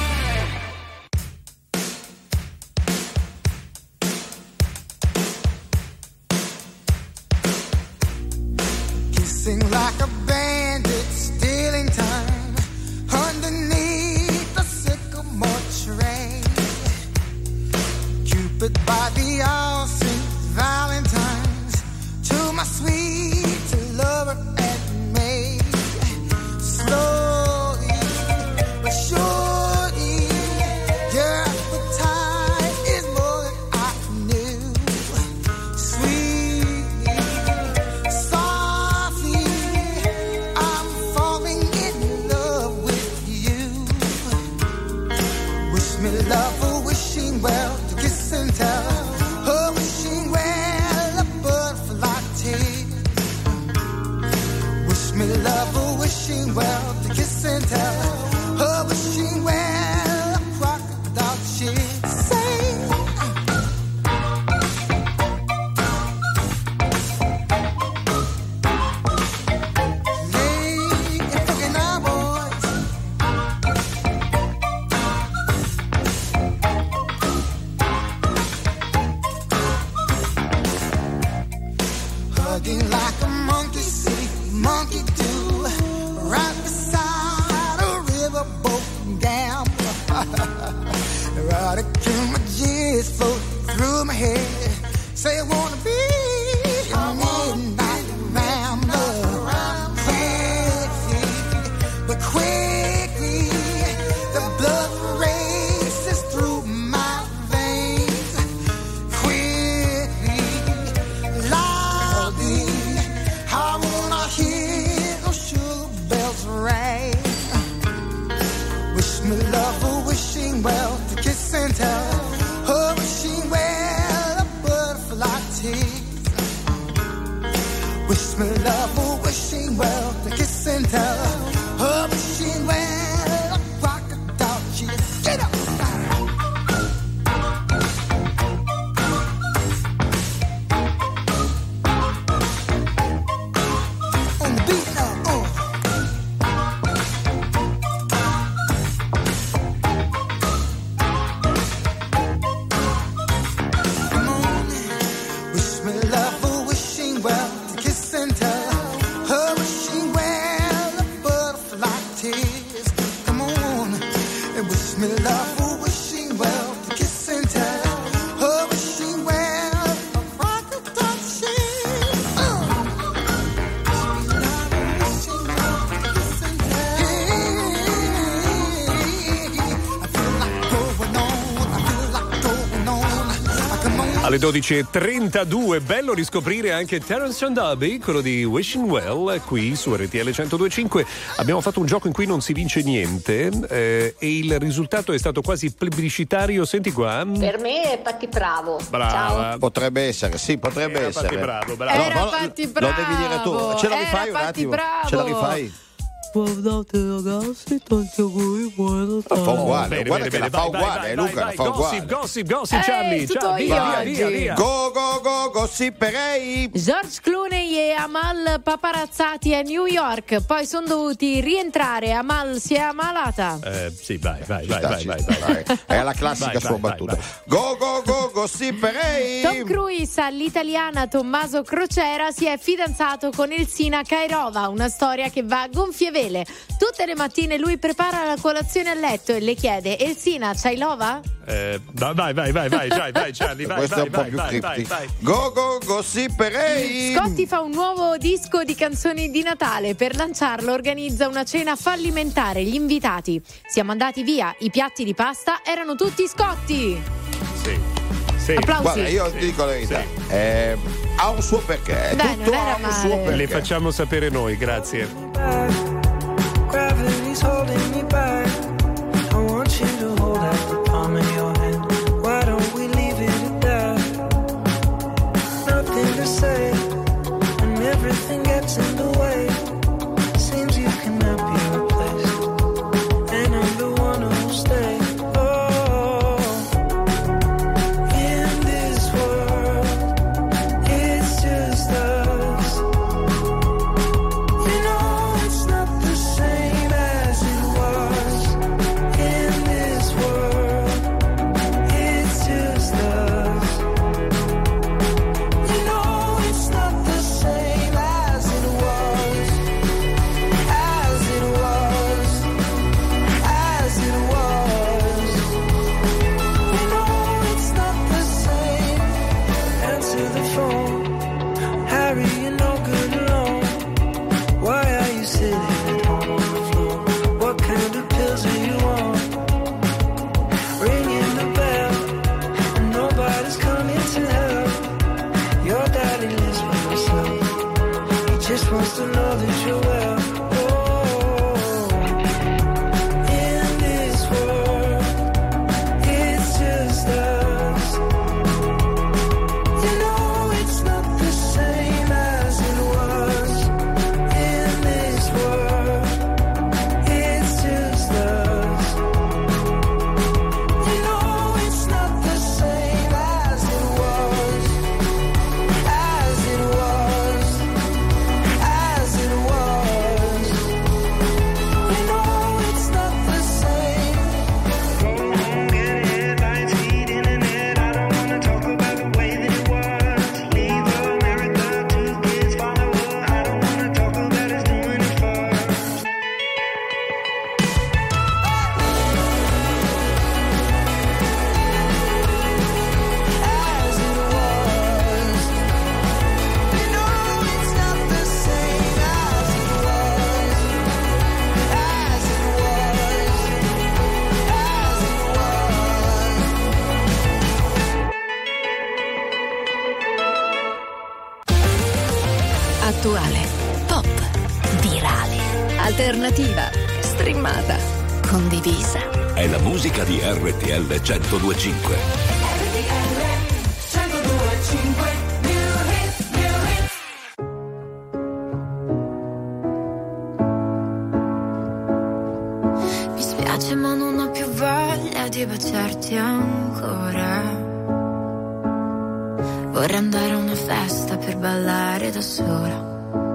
Kissing like a bandit, stealing time underneath the sycamore tree. Cupid by the all Saint Valentine's, to my sweet lover and maid. Slowly but surely, your appetite is more than I knew. Sweetly, softly, I'm falling in love with you. Wish me love or wishing well, to kiss and tell. Oh, wishing well, a butterfly tear. Wish me love or wishing well, to kiss and tell. Oh, wishing well, a crocodile tear. Say, hey, you're fucking our boys. damn. Erotic images float through my head. Say I wanna be a midnight rambler. Quickly, but quickly, the blood races through my veins. Quickly, loudly, I wanna hear those sugar bells ring. Wish me love or wishing well to kiss and tell. Oh, wishing well a butterfly tease. Wish me love or wishing well to kiss and tell. Oh, wishing well a crocodile cheese. Get up! On the beat now, oh. Wish me love or wishing well to kiss and tell. Oh, wishing well a butterfly tears. Come on, and wish me love or wishing well to kiss and tell. Oh, wishing well a crocodile tears. Oh. Wishing well to kiss and tell. I feel like going on. I feel like going on. I come on. Alle dodici e trentadue, bello riscoprire anche Terence Shandabi, quello di Wishing Well, qui su R T L centodue e cinque. Abbiamo fatto un gioco in cui non si vince niente eh, e il risultato è stato quasi plebiscitario. Senti qua. Per me è Patti Bravo. Brava. Ciao. Potrebbe essere, sì, potrebbe Era essere. Patti Bravo, bravo. Era no, Patti Lo devi dire tu. Bravo. Ce la Era rifai un Patti attimo? Bravo. Ce la rifai? Guardate ragazzi, tanti auguri, buona Fa tarde. uguale, Bene, guarda bene, che la bene, fa vai, uguale, vai, Luca, vai, la fa vai, uguale. Gossip, gossip, gossip, Eh, Charlie. tutto Ciao, io via, oggi. via, via. Go, go, go, gossiperei. George Clooney e Amal paparazzati a New York, poi sono dovuti rientrare. Amal si è ammalata. Eh, sì, vai, vai, vai, Sta, vai, ci vai, sta, vai. dai. È la classica Vai, sua vai, vai, battuta. vai. Go, go, go, gossiperei. Tom Cruise all'italiana Tommaso Crociera si è fidanzato con Elsina Kairova, una storia che va a gonfie vele. Tutte le mattine lui prepara la colazione a letto e le chiede: Elsina, c'hai l'ova? Eh, vai, vai, vai, vai, vai, vai, vai, Charlie, vai, Questo è vai, un po' vai, più vai, vai, criptico. vai. Go, go, gossiperei. Scotti fa un nuovo disco di canzoni di Natale. Per lanciarlo organizza una cena fallimentare. Gli invitati: siamo andati via, i piatti di pasta erano tutti Scotti. Sì, sì. Applausi. Guarda, io ti dico la verità. Sì. Eh, ha un suo perché. Dai, Tutto non era ha un suo male. perché. Le facciamo sapere noi, grazie. Gravity's holding me back. I want you to hold out the palm of your hand. Why don't we leave it at that? Nothing to say, and everything gets in the way. Seems you cannot be replaced, and I'm the one who'll stay. Oh, in this world, it's just us. You know it's not the same as it was. In this world, it's just us. You know it's not the same as it was. As it was. As it was. You know it's not the same. Answer the phone. Harry, you're no good alone. Why are you sitting at home on the floor? What kind of pills are you on? Ringing the bell, and nobody's coming to help. Your daddy lives by himself. He just wants to know that you're well. Oh, in this world, it's just us. You know it's not the same as it was. In this world, it's just us. You know it's not the same as it was. As it was. As it alternativa, streamata, condivisa. È la musica di R T L centodue e cinque. R T L centodue e cinque. Mi spiace ma non ho più voglia di baciarti ancora. Vorrei andare a una festa per ballare da sola,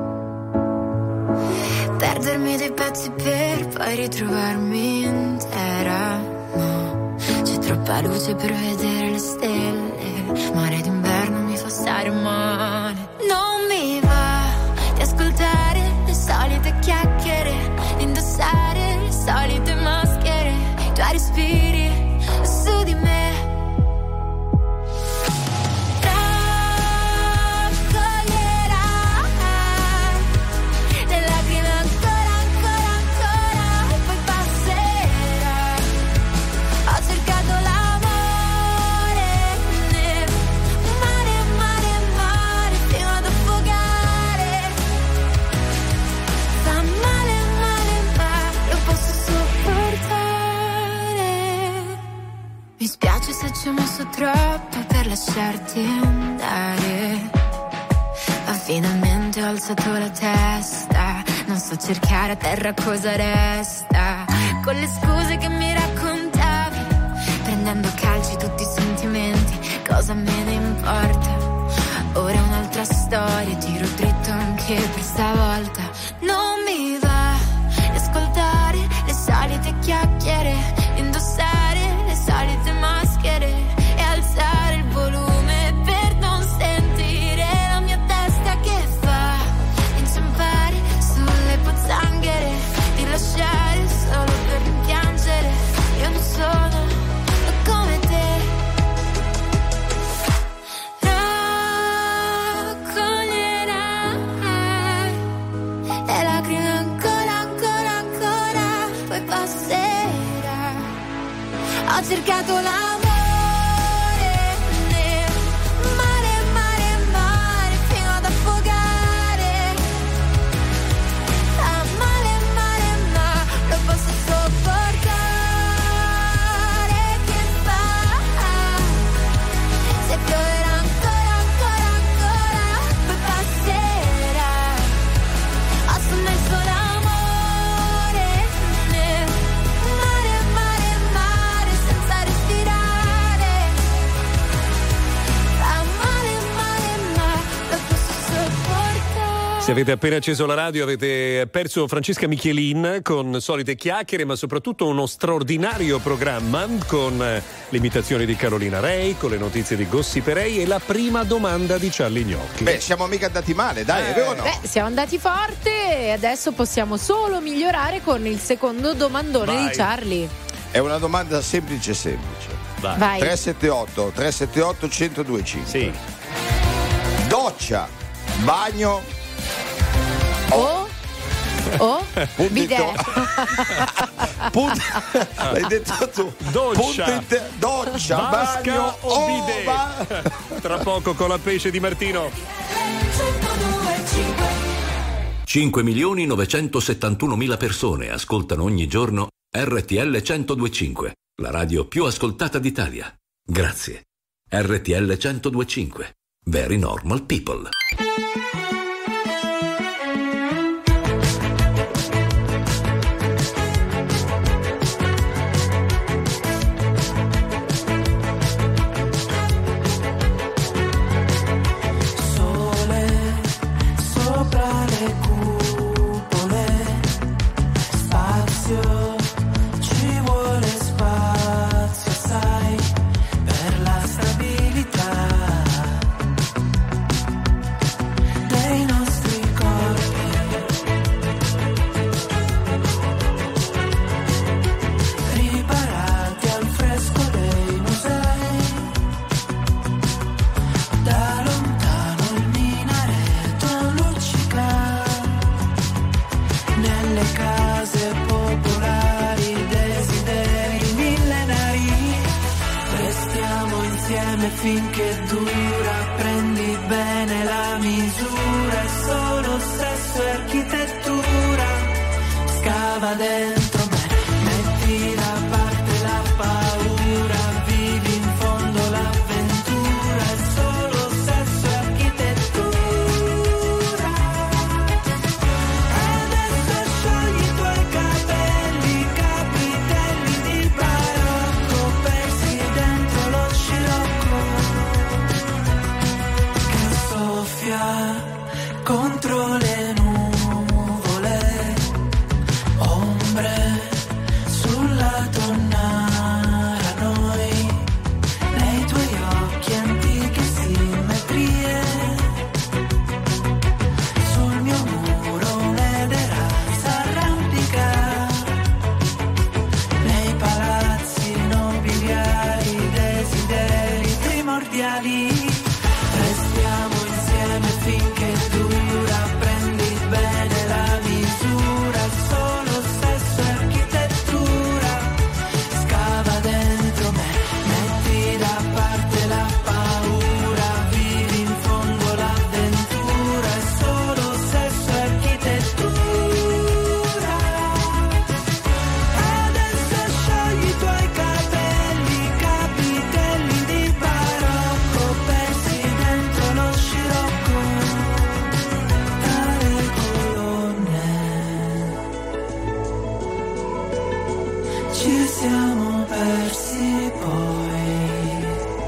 perdermi dei pezzi per poi ritrovarmi intera. No, c'è troppa luce per vedere le stelle, mare d'inverno mi fa stare male. Non mi va di ascoltare le solite chiacchiere, indossare le solite maschere, i tuoi respiri su di me. Mi spiace se ci ho messo troppo per lasciarti andare, ma finalmente ho alzato la testa, non so cercare a terra cosa resta, con le scuse che mi raccontavi, prendendo a calci tutti i sentimenti, cosa me ne importa, ora è un'altra storia, tiro dritto anche per stavolta. Non mi va di ascoltare le solite chiacchiere, indossare le solite maschere e alzare il volume per non sentire la mia testa che fa inciampare sulle pozzanghere, di lasciare solo per rimpiangere. Io non sono come te, raccoglierai le lacrime ancora, ancora, ancora, poi passerà. Ho cercato l'amore nel mare, mare, mare, fino ad affogare. Ah, male, male, ma lo posso sopportare. Che fa? Se pioverà ancora, ancora, ancora, poi passerà. Ho sommesso l'amore nel mare, mare, mare, senza respirare. Fa male, male, ma lo posso sopportare. Se avete appena acceso la radio avete perso Francesca Michelin con solite chiacchiere, ma soprattutto uno straordinario programma con eh, le imitazioni di Carolina Rei, con le notizie di Gossiperei e la prima domanda di Charlie Gnocchi. Beh, siamo mica andati male, dai, è vero o no? Beh, siamo andati forte e adesso possiamo solo migliorare con il secondo domandone Vai. di Charlie. È una domanda semplice semplice. Vai. Vai. tre sette otto tre sette otto uno zero due cinque. Sì. Doccia, bagno Oh, oh, Punto bidet. in- Punto- L'hai detto tu. Doccia. Punto in te- doccia, Vasca bagno o oh, bidet? va- Tra poco con la pesce di Martino. cinque milioni novecentosettantunomila persone ascoltano ogni giorno R T L centodue e cinque, la radio più ascoltata d'Italia. Grazie. R T L centodue e cinque. Very normal people. Sole sopra le cupole, spazio, ci vuole spazio, sai, per la stabilità dei nostri corpi. Riparati al fresco dei musei, da lontano il minareto luccica, nelle case popolari desideri millenari. Restiamo insieme finché dura, prendi bene la misura, è solo sesso e architettura, scava dentro me, metti da parte la paura, vivi in fondo l'avventura, è solo sesso e architettura. Adesso sciogli i tuoi capelli, capitelli di barocco, persi dentro lo scirocco che soffia contro le nuvole, ombre sulla tonnara, noi nei tuoi occhi antiche simmetrie, sul mio muro un'edera s'arrampica, nei palazzi nobiliari desideri primordiali, restiamo insieme finché dura, prendi bene la misura, solo sesso e architettura, scava dentro me, metti da parte la paura, vivi in fondo l'avventura, è solo sesso e architettura. Adesso sciogli i tuoi capelli, capitelli di barocco, persi dentro lo scirocco tra le colonne. Ci siamo persi poi,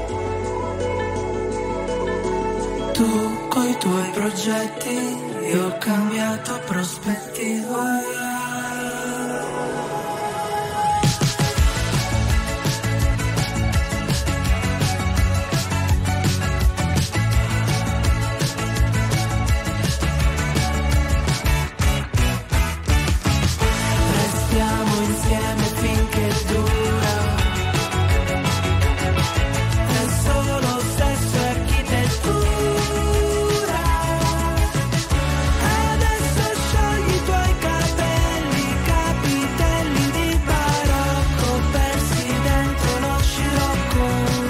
tu coi tuoi progetti, io ho cambiato prospettiva. Restiamo insieme finché dura, è solo sesso e architettura. Adesso sciogli i tuoi capelli, capitelli di barocco, persi dentro lo scirocco.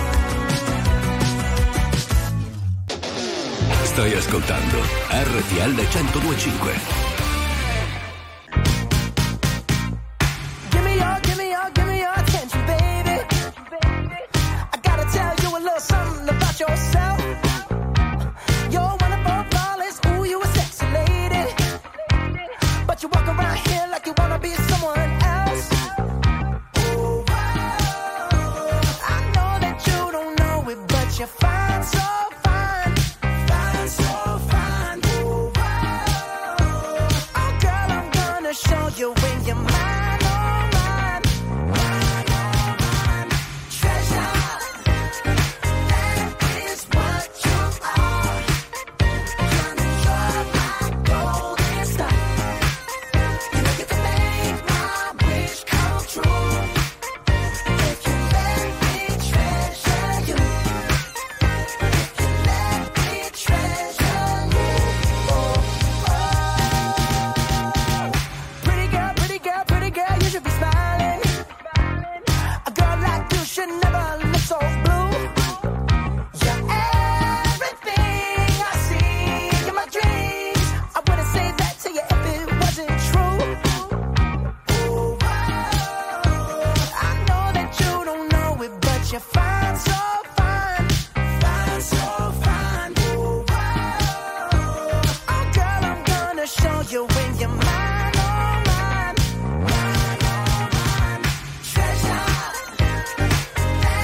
Stai ascoltando R T L centodue e cinque. Give me your, give me your, give me your attention, baby. I gotta tell you a little something about yourself. You're wonderful, flawless, ooh, you a sexy lady. But you walk around here like you wanna be someone else. Ooh, I know that you don't know it, but you're fine, so fine, fine, so fine. Ooh, oh, girl, I'm gonna show you when you're mine, oh mine, mine, oh mine. Treasure, that is what you are. Honey, you're my golden star. You know you can make my wish come true. If you let me treasure you, if you let me treasure you. Oh, oh. Pretty girl, pretty girl, pretty girl, you should be smiling. A girl like you should never look so blue. You're everything I see in my dreams. I wouldn't say that to you if it wasn't true. Ooh, I know that you don't know it, but you're fine, so fine, fine, so fine. Ooh, oh, girl, I'm gonna show you when you're mine, oh mine, mine, oh mine. Treasure, that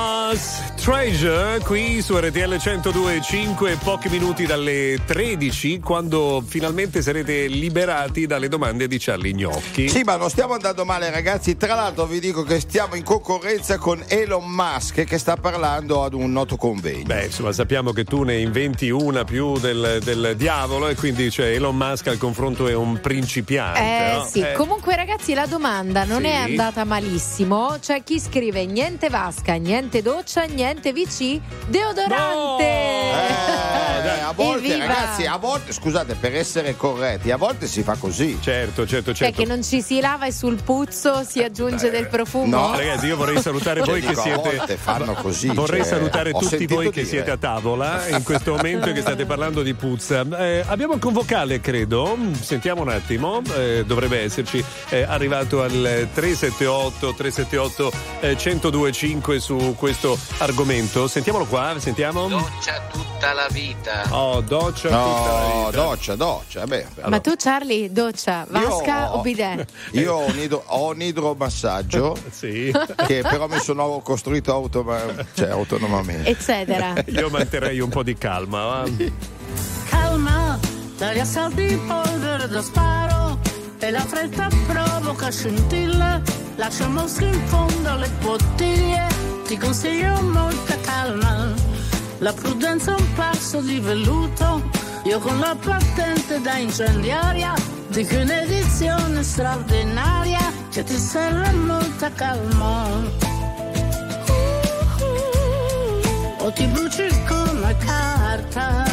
Lost Treasure qui su R T L centodue e cinque, pochi minuti dalle tredici, quando finalmente sarete liberati dalle domande di Charlie Gnocchi. Sì, ma non stiamo andando male, ragazzi. Tra l'altro vi dico che stiamo in concorrenza con Elon Musk, che sta parlando ad un noto convegno. Beh, insomma, sappiamo che tu ne inventi una più del, del diavolo, e quindi cioè, Elon Musk al confronto è un principiante. Eh no? sì, eh. Comunque ragazzi, la domanda non Sì. è andata malissimo. C'è chi scrive niente vasca, niente doccia, niente V C, deodorante. Eh, a volte, Evviva! ragazzi, a volte, scusate, per essere corretti, a volte si fa così. Certo, certo, Cioè certo. che non ci si lava e sul puzzo si aggiunge del profumo? no. Ragazzi, io vorrei salutare voi Dico, che a siete. volte fanno così, Vorrei cioè, salutare ho tutti sentito voi che dire. siete a tavola in questo momento e che state parlando di puzza. Eh, abbiamo anche un vocale, credo. Sentiamo un attimo. Eh, dovrebbe esserci. Eh, arrivato al tre sette otto tre sette otto centodue e cinque su questo argomento. Sentiamolo qua. Sentiamo. Doccia tutta la vita. Oh, doccia No, tutta la vita. doccia, doccia. Vabbè, Ma tu Charlie, doccia, vasca Io- o bidet? Io ho un, idro, ho un idromassaggio Sì. che però mi sono costruito automa- cioè, autonomamente. Eccetera. Io manterrei un po' di calma. Va? Calma, dagli assalti di polvere da sparo e la fretta provoca scintille. Lascia mosche in fondo alle bottiglie, ti consiglio molta calma. La prudenza è un passo di velluto, io con la patente da incendiaria dico in edizione straordinaria che ti serve molta calma. O ti bruci come carta.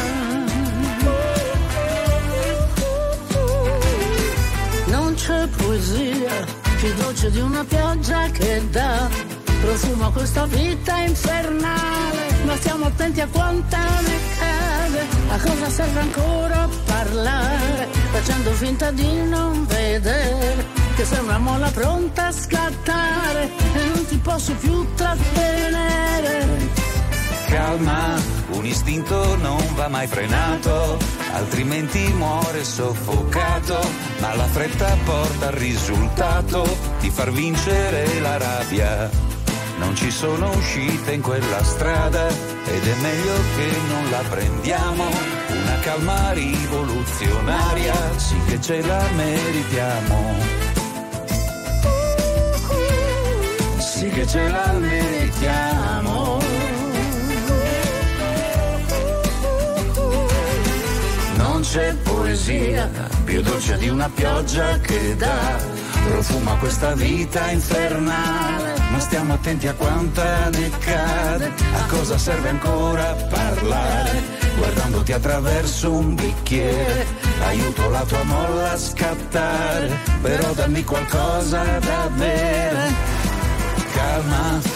Non c'è poesia più dolce di una pioggia che dà profumo a questa vita infernale, ma stiamo attenti a quanta ne cade. A cosa serve ancora parlare, facendo finta di non vedere che sei una molla pronta a scattare e non ti posso più trattenere. Calma, un istinto non va mai frenato, altrimenti muore soffocato, ma la fretta porta al risultato di far vincere la rabbia. Non ci sono uscite in quella strada ed è meglio che non la prendiamo, una calma rivoluzionaria, sì che ce la meritiamo. Sì che ce la meritiamo. Non c'è poesia più dolce di una pioggia che dà profumo a questa vita infernale, ma stiamo attenti a quanta ne cade. A cosa serve ancora parlare, guardandoti attraverso un bicchiere, aiuto la tua molla a scattare, però dammi qualcosa da bere. Calma,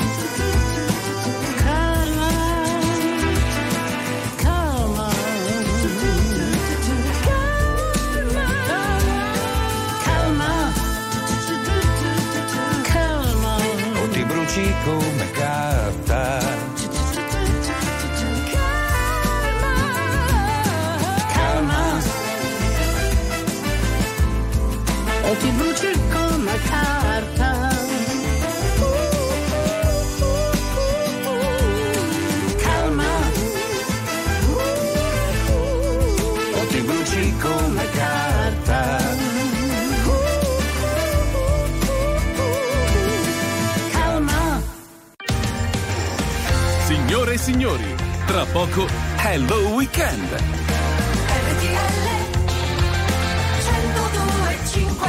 come carta. Calma, o ti bruci come carta. Calma, o ti bruci come carta. Signore e signori, tra poco Hello Weekend. R T L centodue e cinque.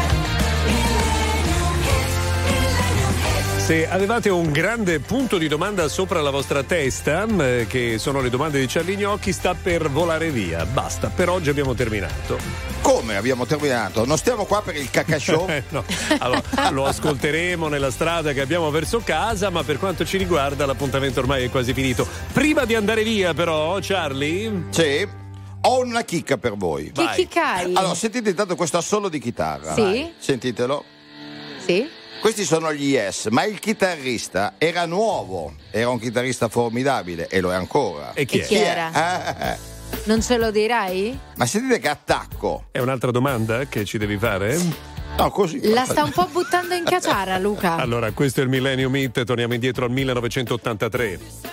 Se avevate un grande punto di domanda sopra la vostra testa, eh, che sono le domande di Charlie Gnocchi, sta per volare via. Basta, per oggi abbiamo terminato. Come abbiamo terminato? Non stiamo qua per il cacca show? No. Allora, lo ascolteremo nella strada che abbiamo verso casa, ma per quanto ci riguarda l'appuntamento ormai è quasi finito. Prima di andare via però, Charlie? Sì. Ho una chicca per voi. Che chiccai? Allora, sentite intanto questo assolo di chitarra. Sì. Vai. Sentitelo. Sì. Questi sono gli Yes, ma il chitarrista era nuovo, era un chitarrista formidabile e lo è ancora. E chi E è? chi era? Eh, eh. Non ce lo dirai? Ma sentite che attacco. È un'altra domanda che ci devi fare? No, così. La sta un po' buttando in caciara, Luca. Allora, questo è il Millennium Hit, torniamo indietro al millenovecentottantatré.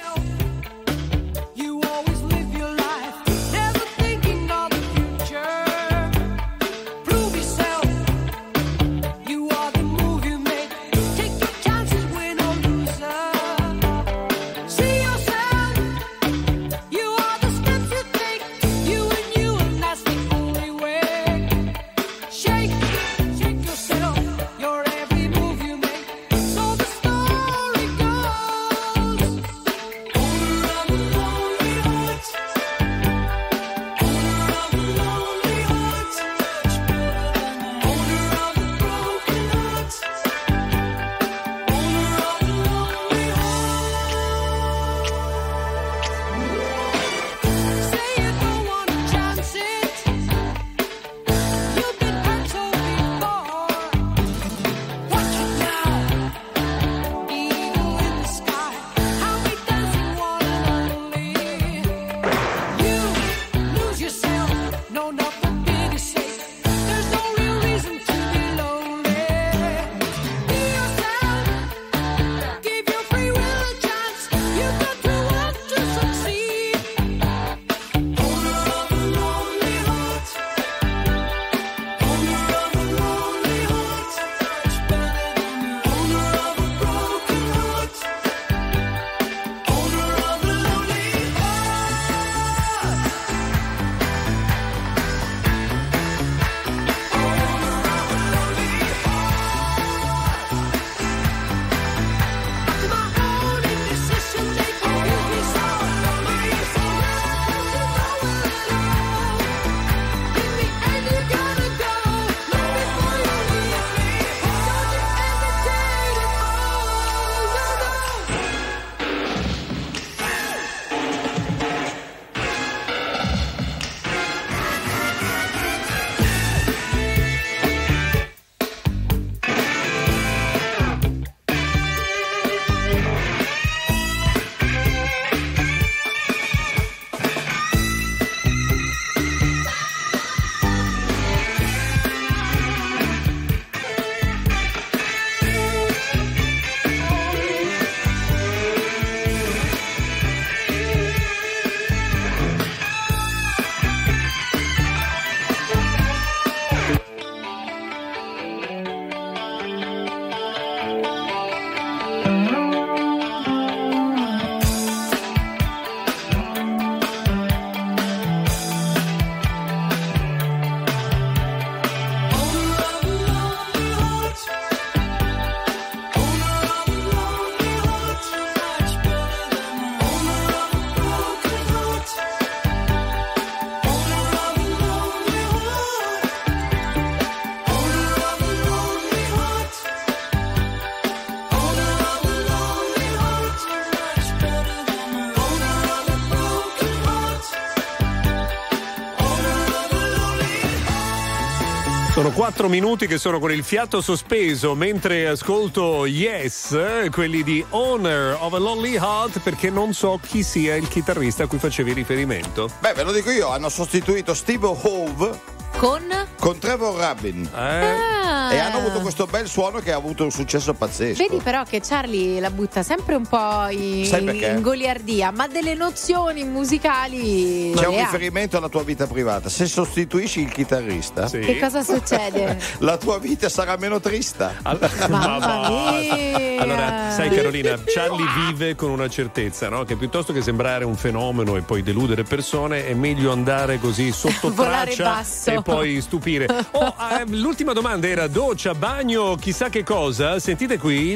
Sono quattro minuti che sono con il fiato sospeso mentre ascolto Yes, quelli di Owner of a Lonely Heart, perché non so chi sia il chitarrista a cui facevi riferimento. Beh, ve lo dico io, hanno sostituito Steve Howe con? Con Trevor Rabin. Eh? Ah. E hanno avuto questo bel suono che ha avuto un successo pazzesco. Vedi però che Charlie la butta sempre un po' in, in goliardia, ma delle nozioni musicali c'è un ha. riferimento alla tua vita privata. Se sostituisci il chitarrista, sì. Che cosa succede? La tua vita sarà meno trista. Allora, Mamma mia. Allora, sai Carolina, Charlie vive con una certezza, no? Che piuttosto che sembrare un fenomeno e poi deludere persone, è meglio andare così sotto traccia e poi stupire. Oh, eh, l'ultima domanda era doccia, bagno, chissà che cosa. Sentite qui.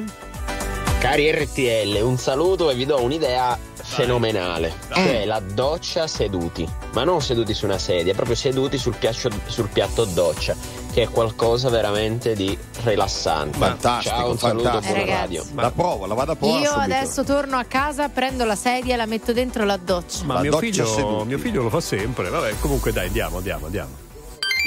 Cari R T L, un saluto e vi do un'idea fenomenale. Dai. Cioè la doccia seduti, ma non seduti su una sedia, proprio seduti sul, piatto, sul piatto doccia, che è qualcosa veramente di rilassante. Fantastico. Ciao, un saluto, fantastico. buona Eh, radio. La provo, la vado a provare Io subito. adesso torno a casa, prendo la sedia e la metto dentro la doccia. Ma La mio doccia figlio, seduti. mio figlio lo fa sempre. Vabbè, comunque dai, andiamo, andiamo, andiamo.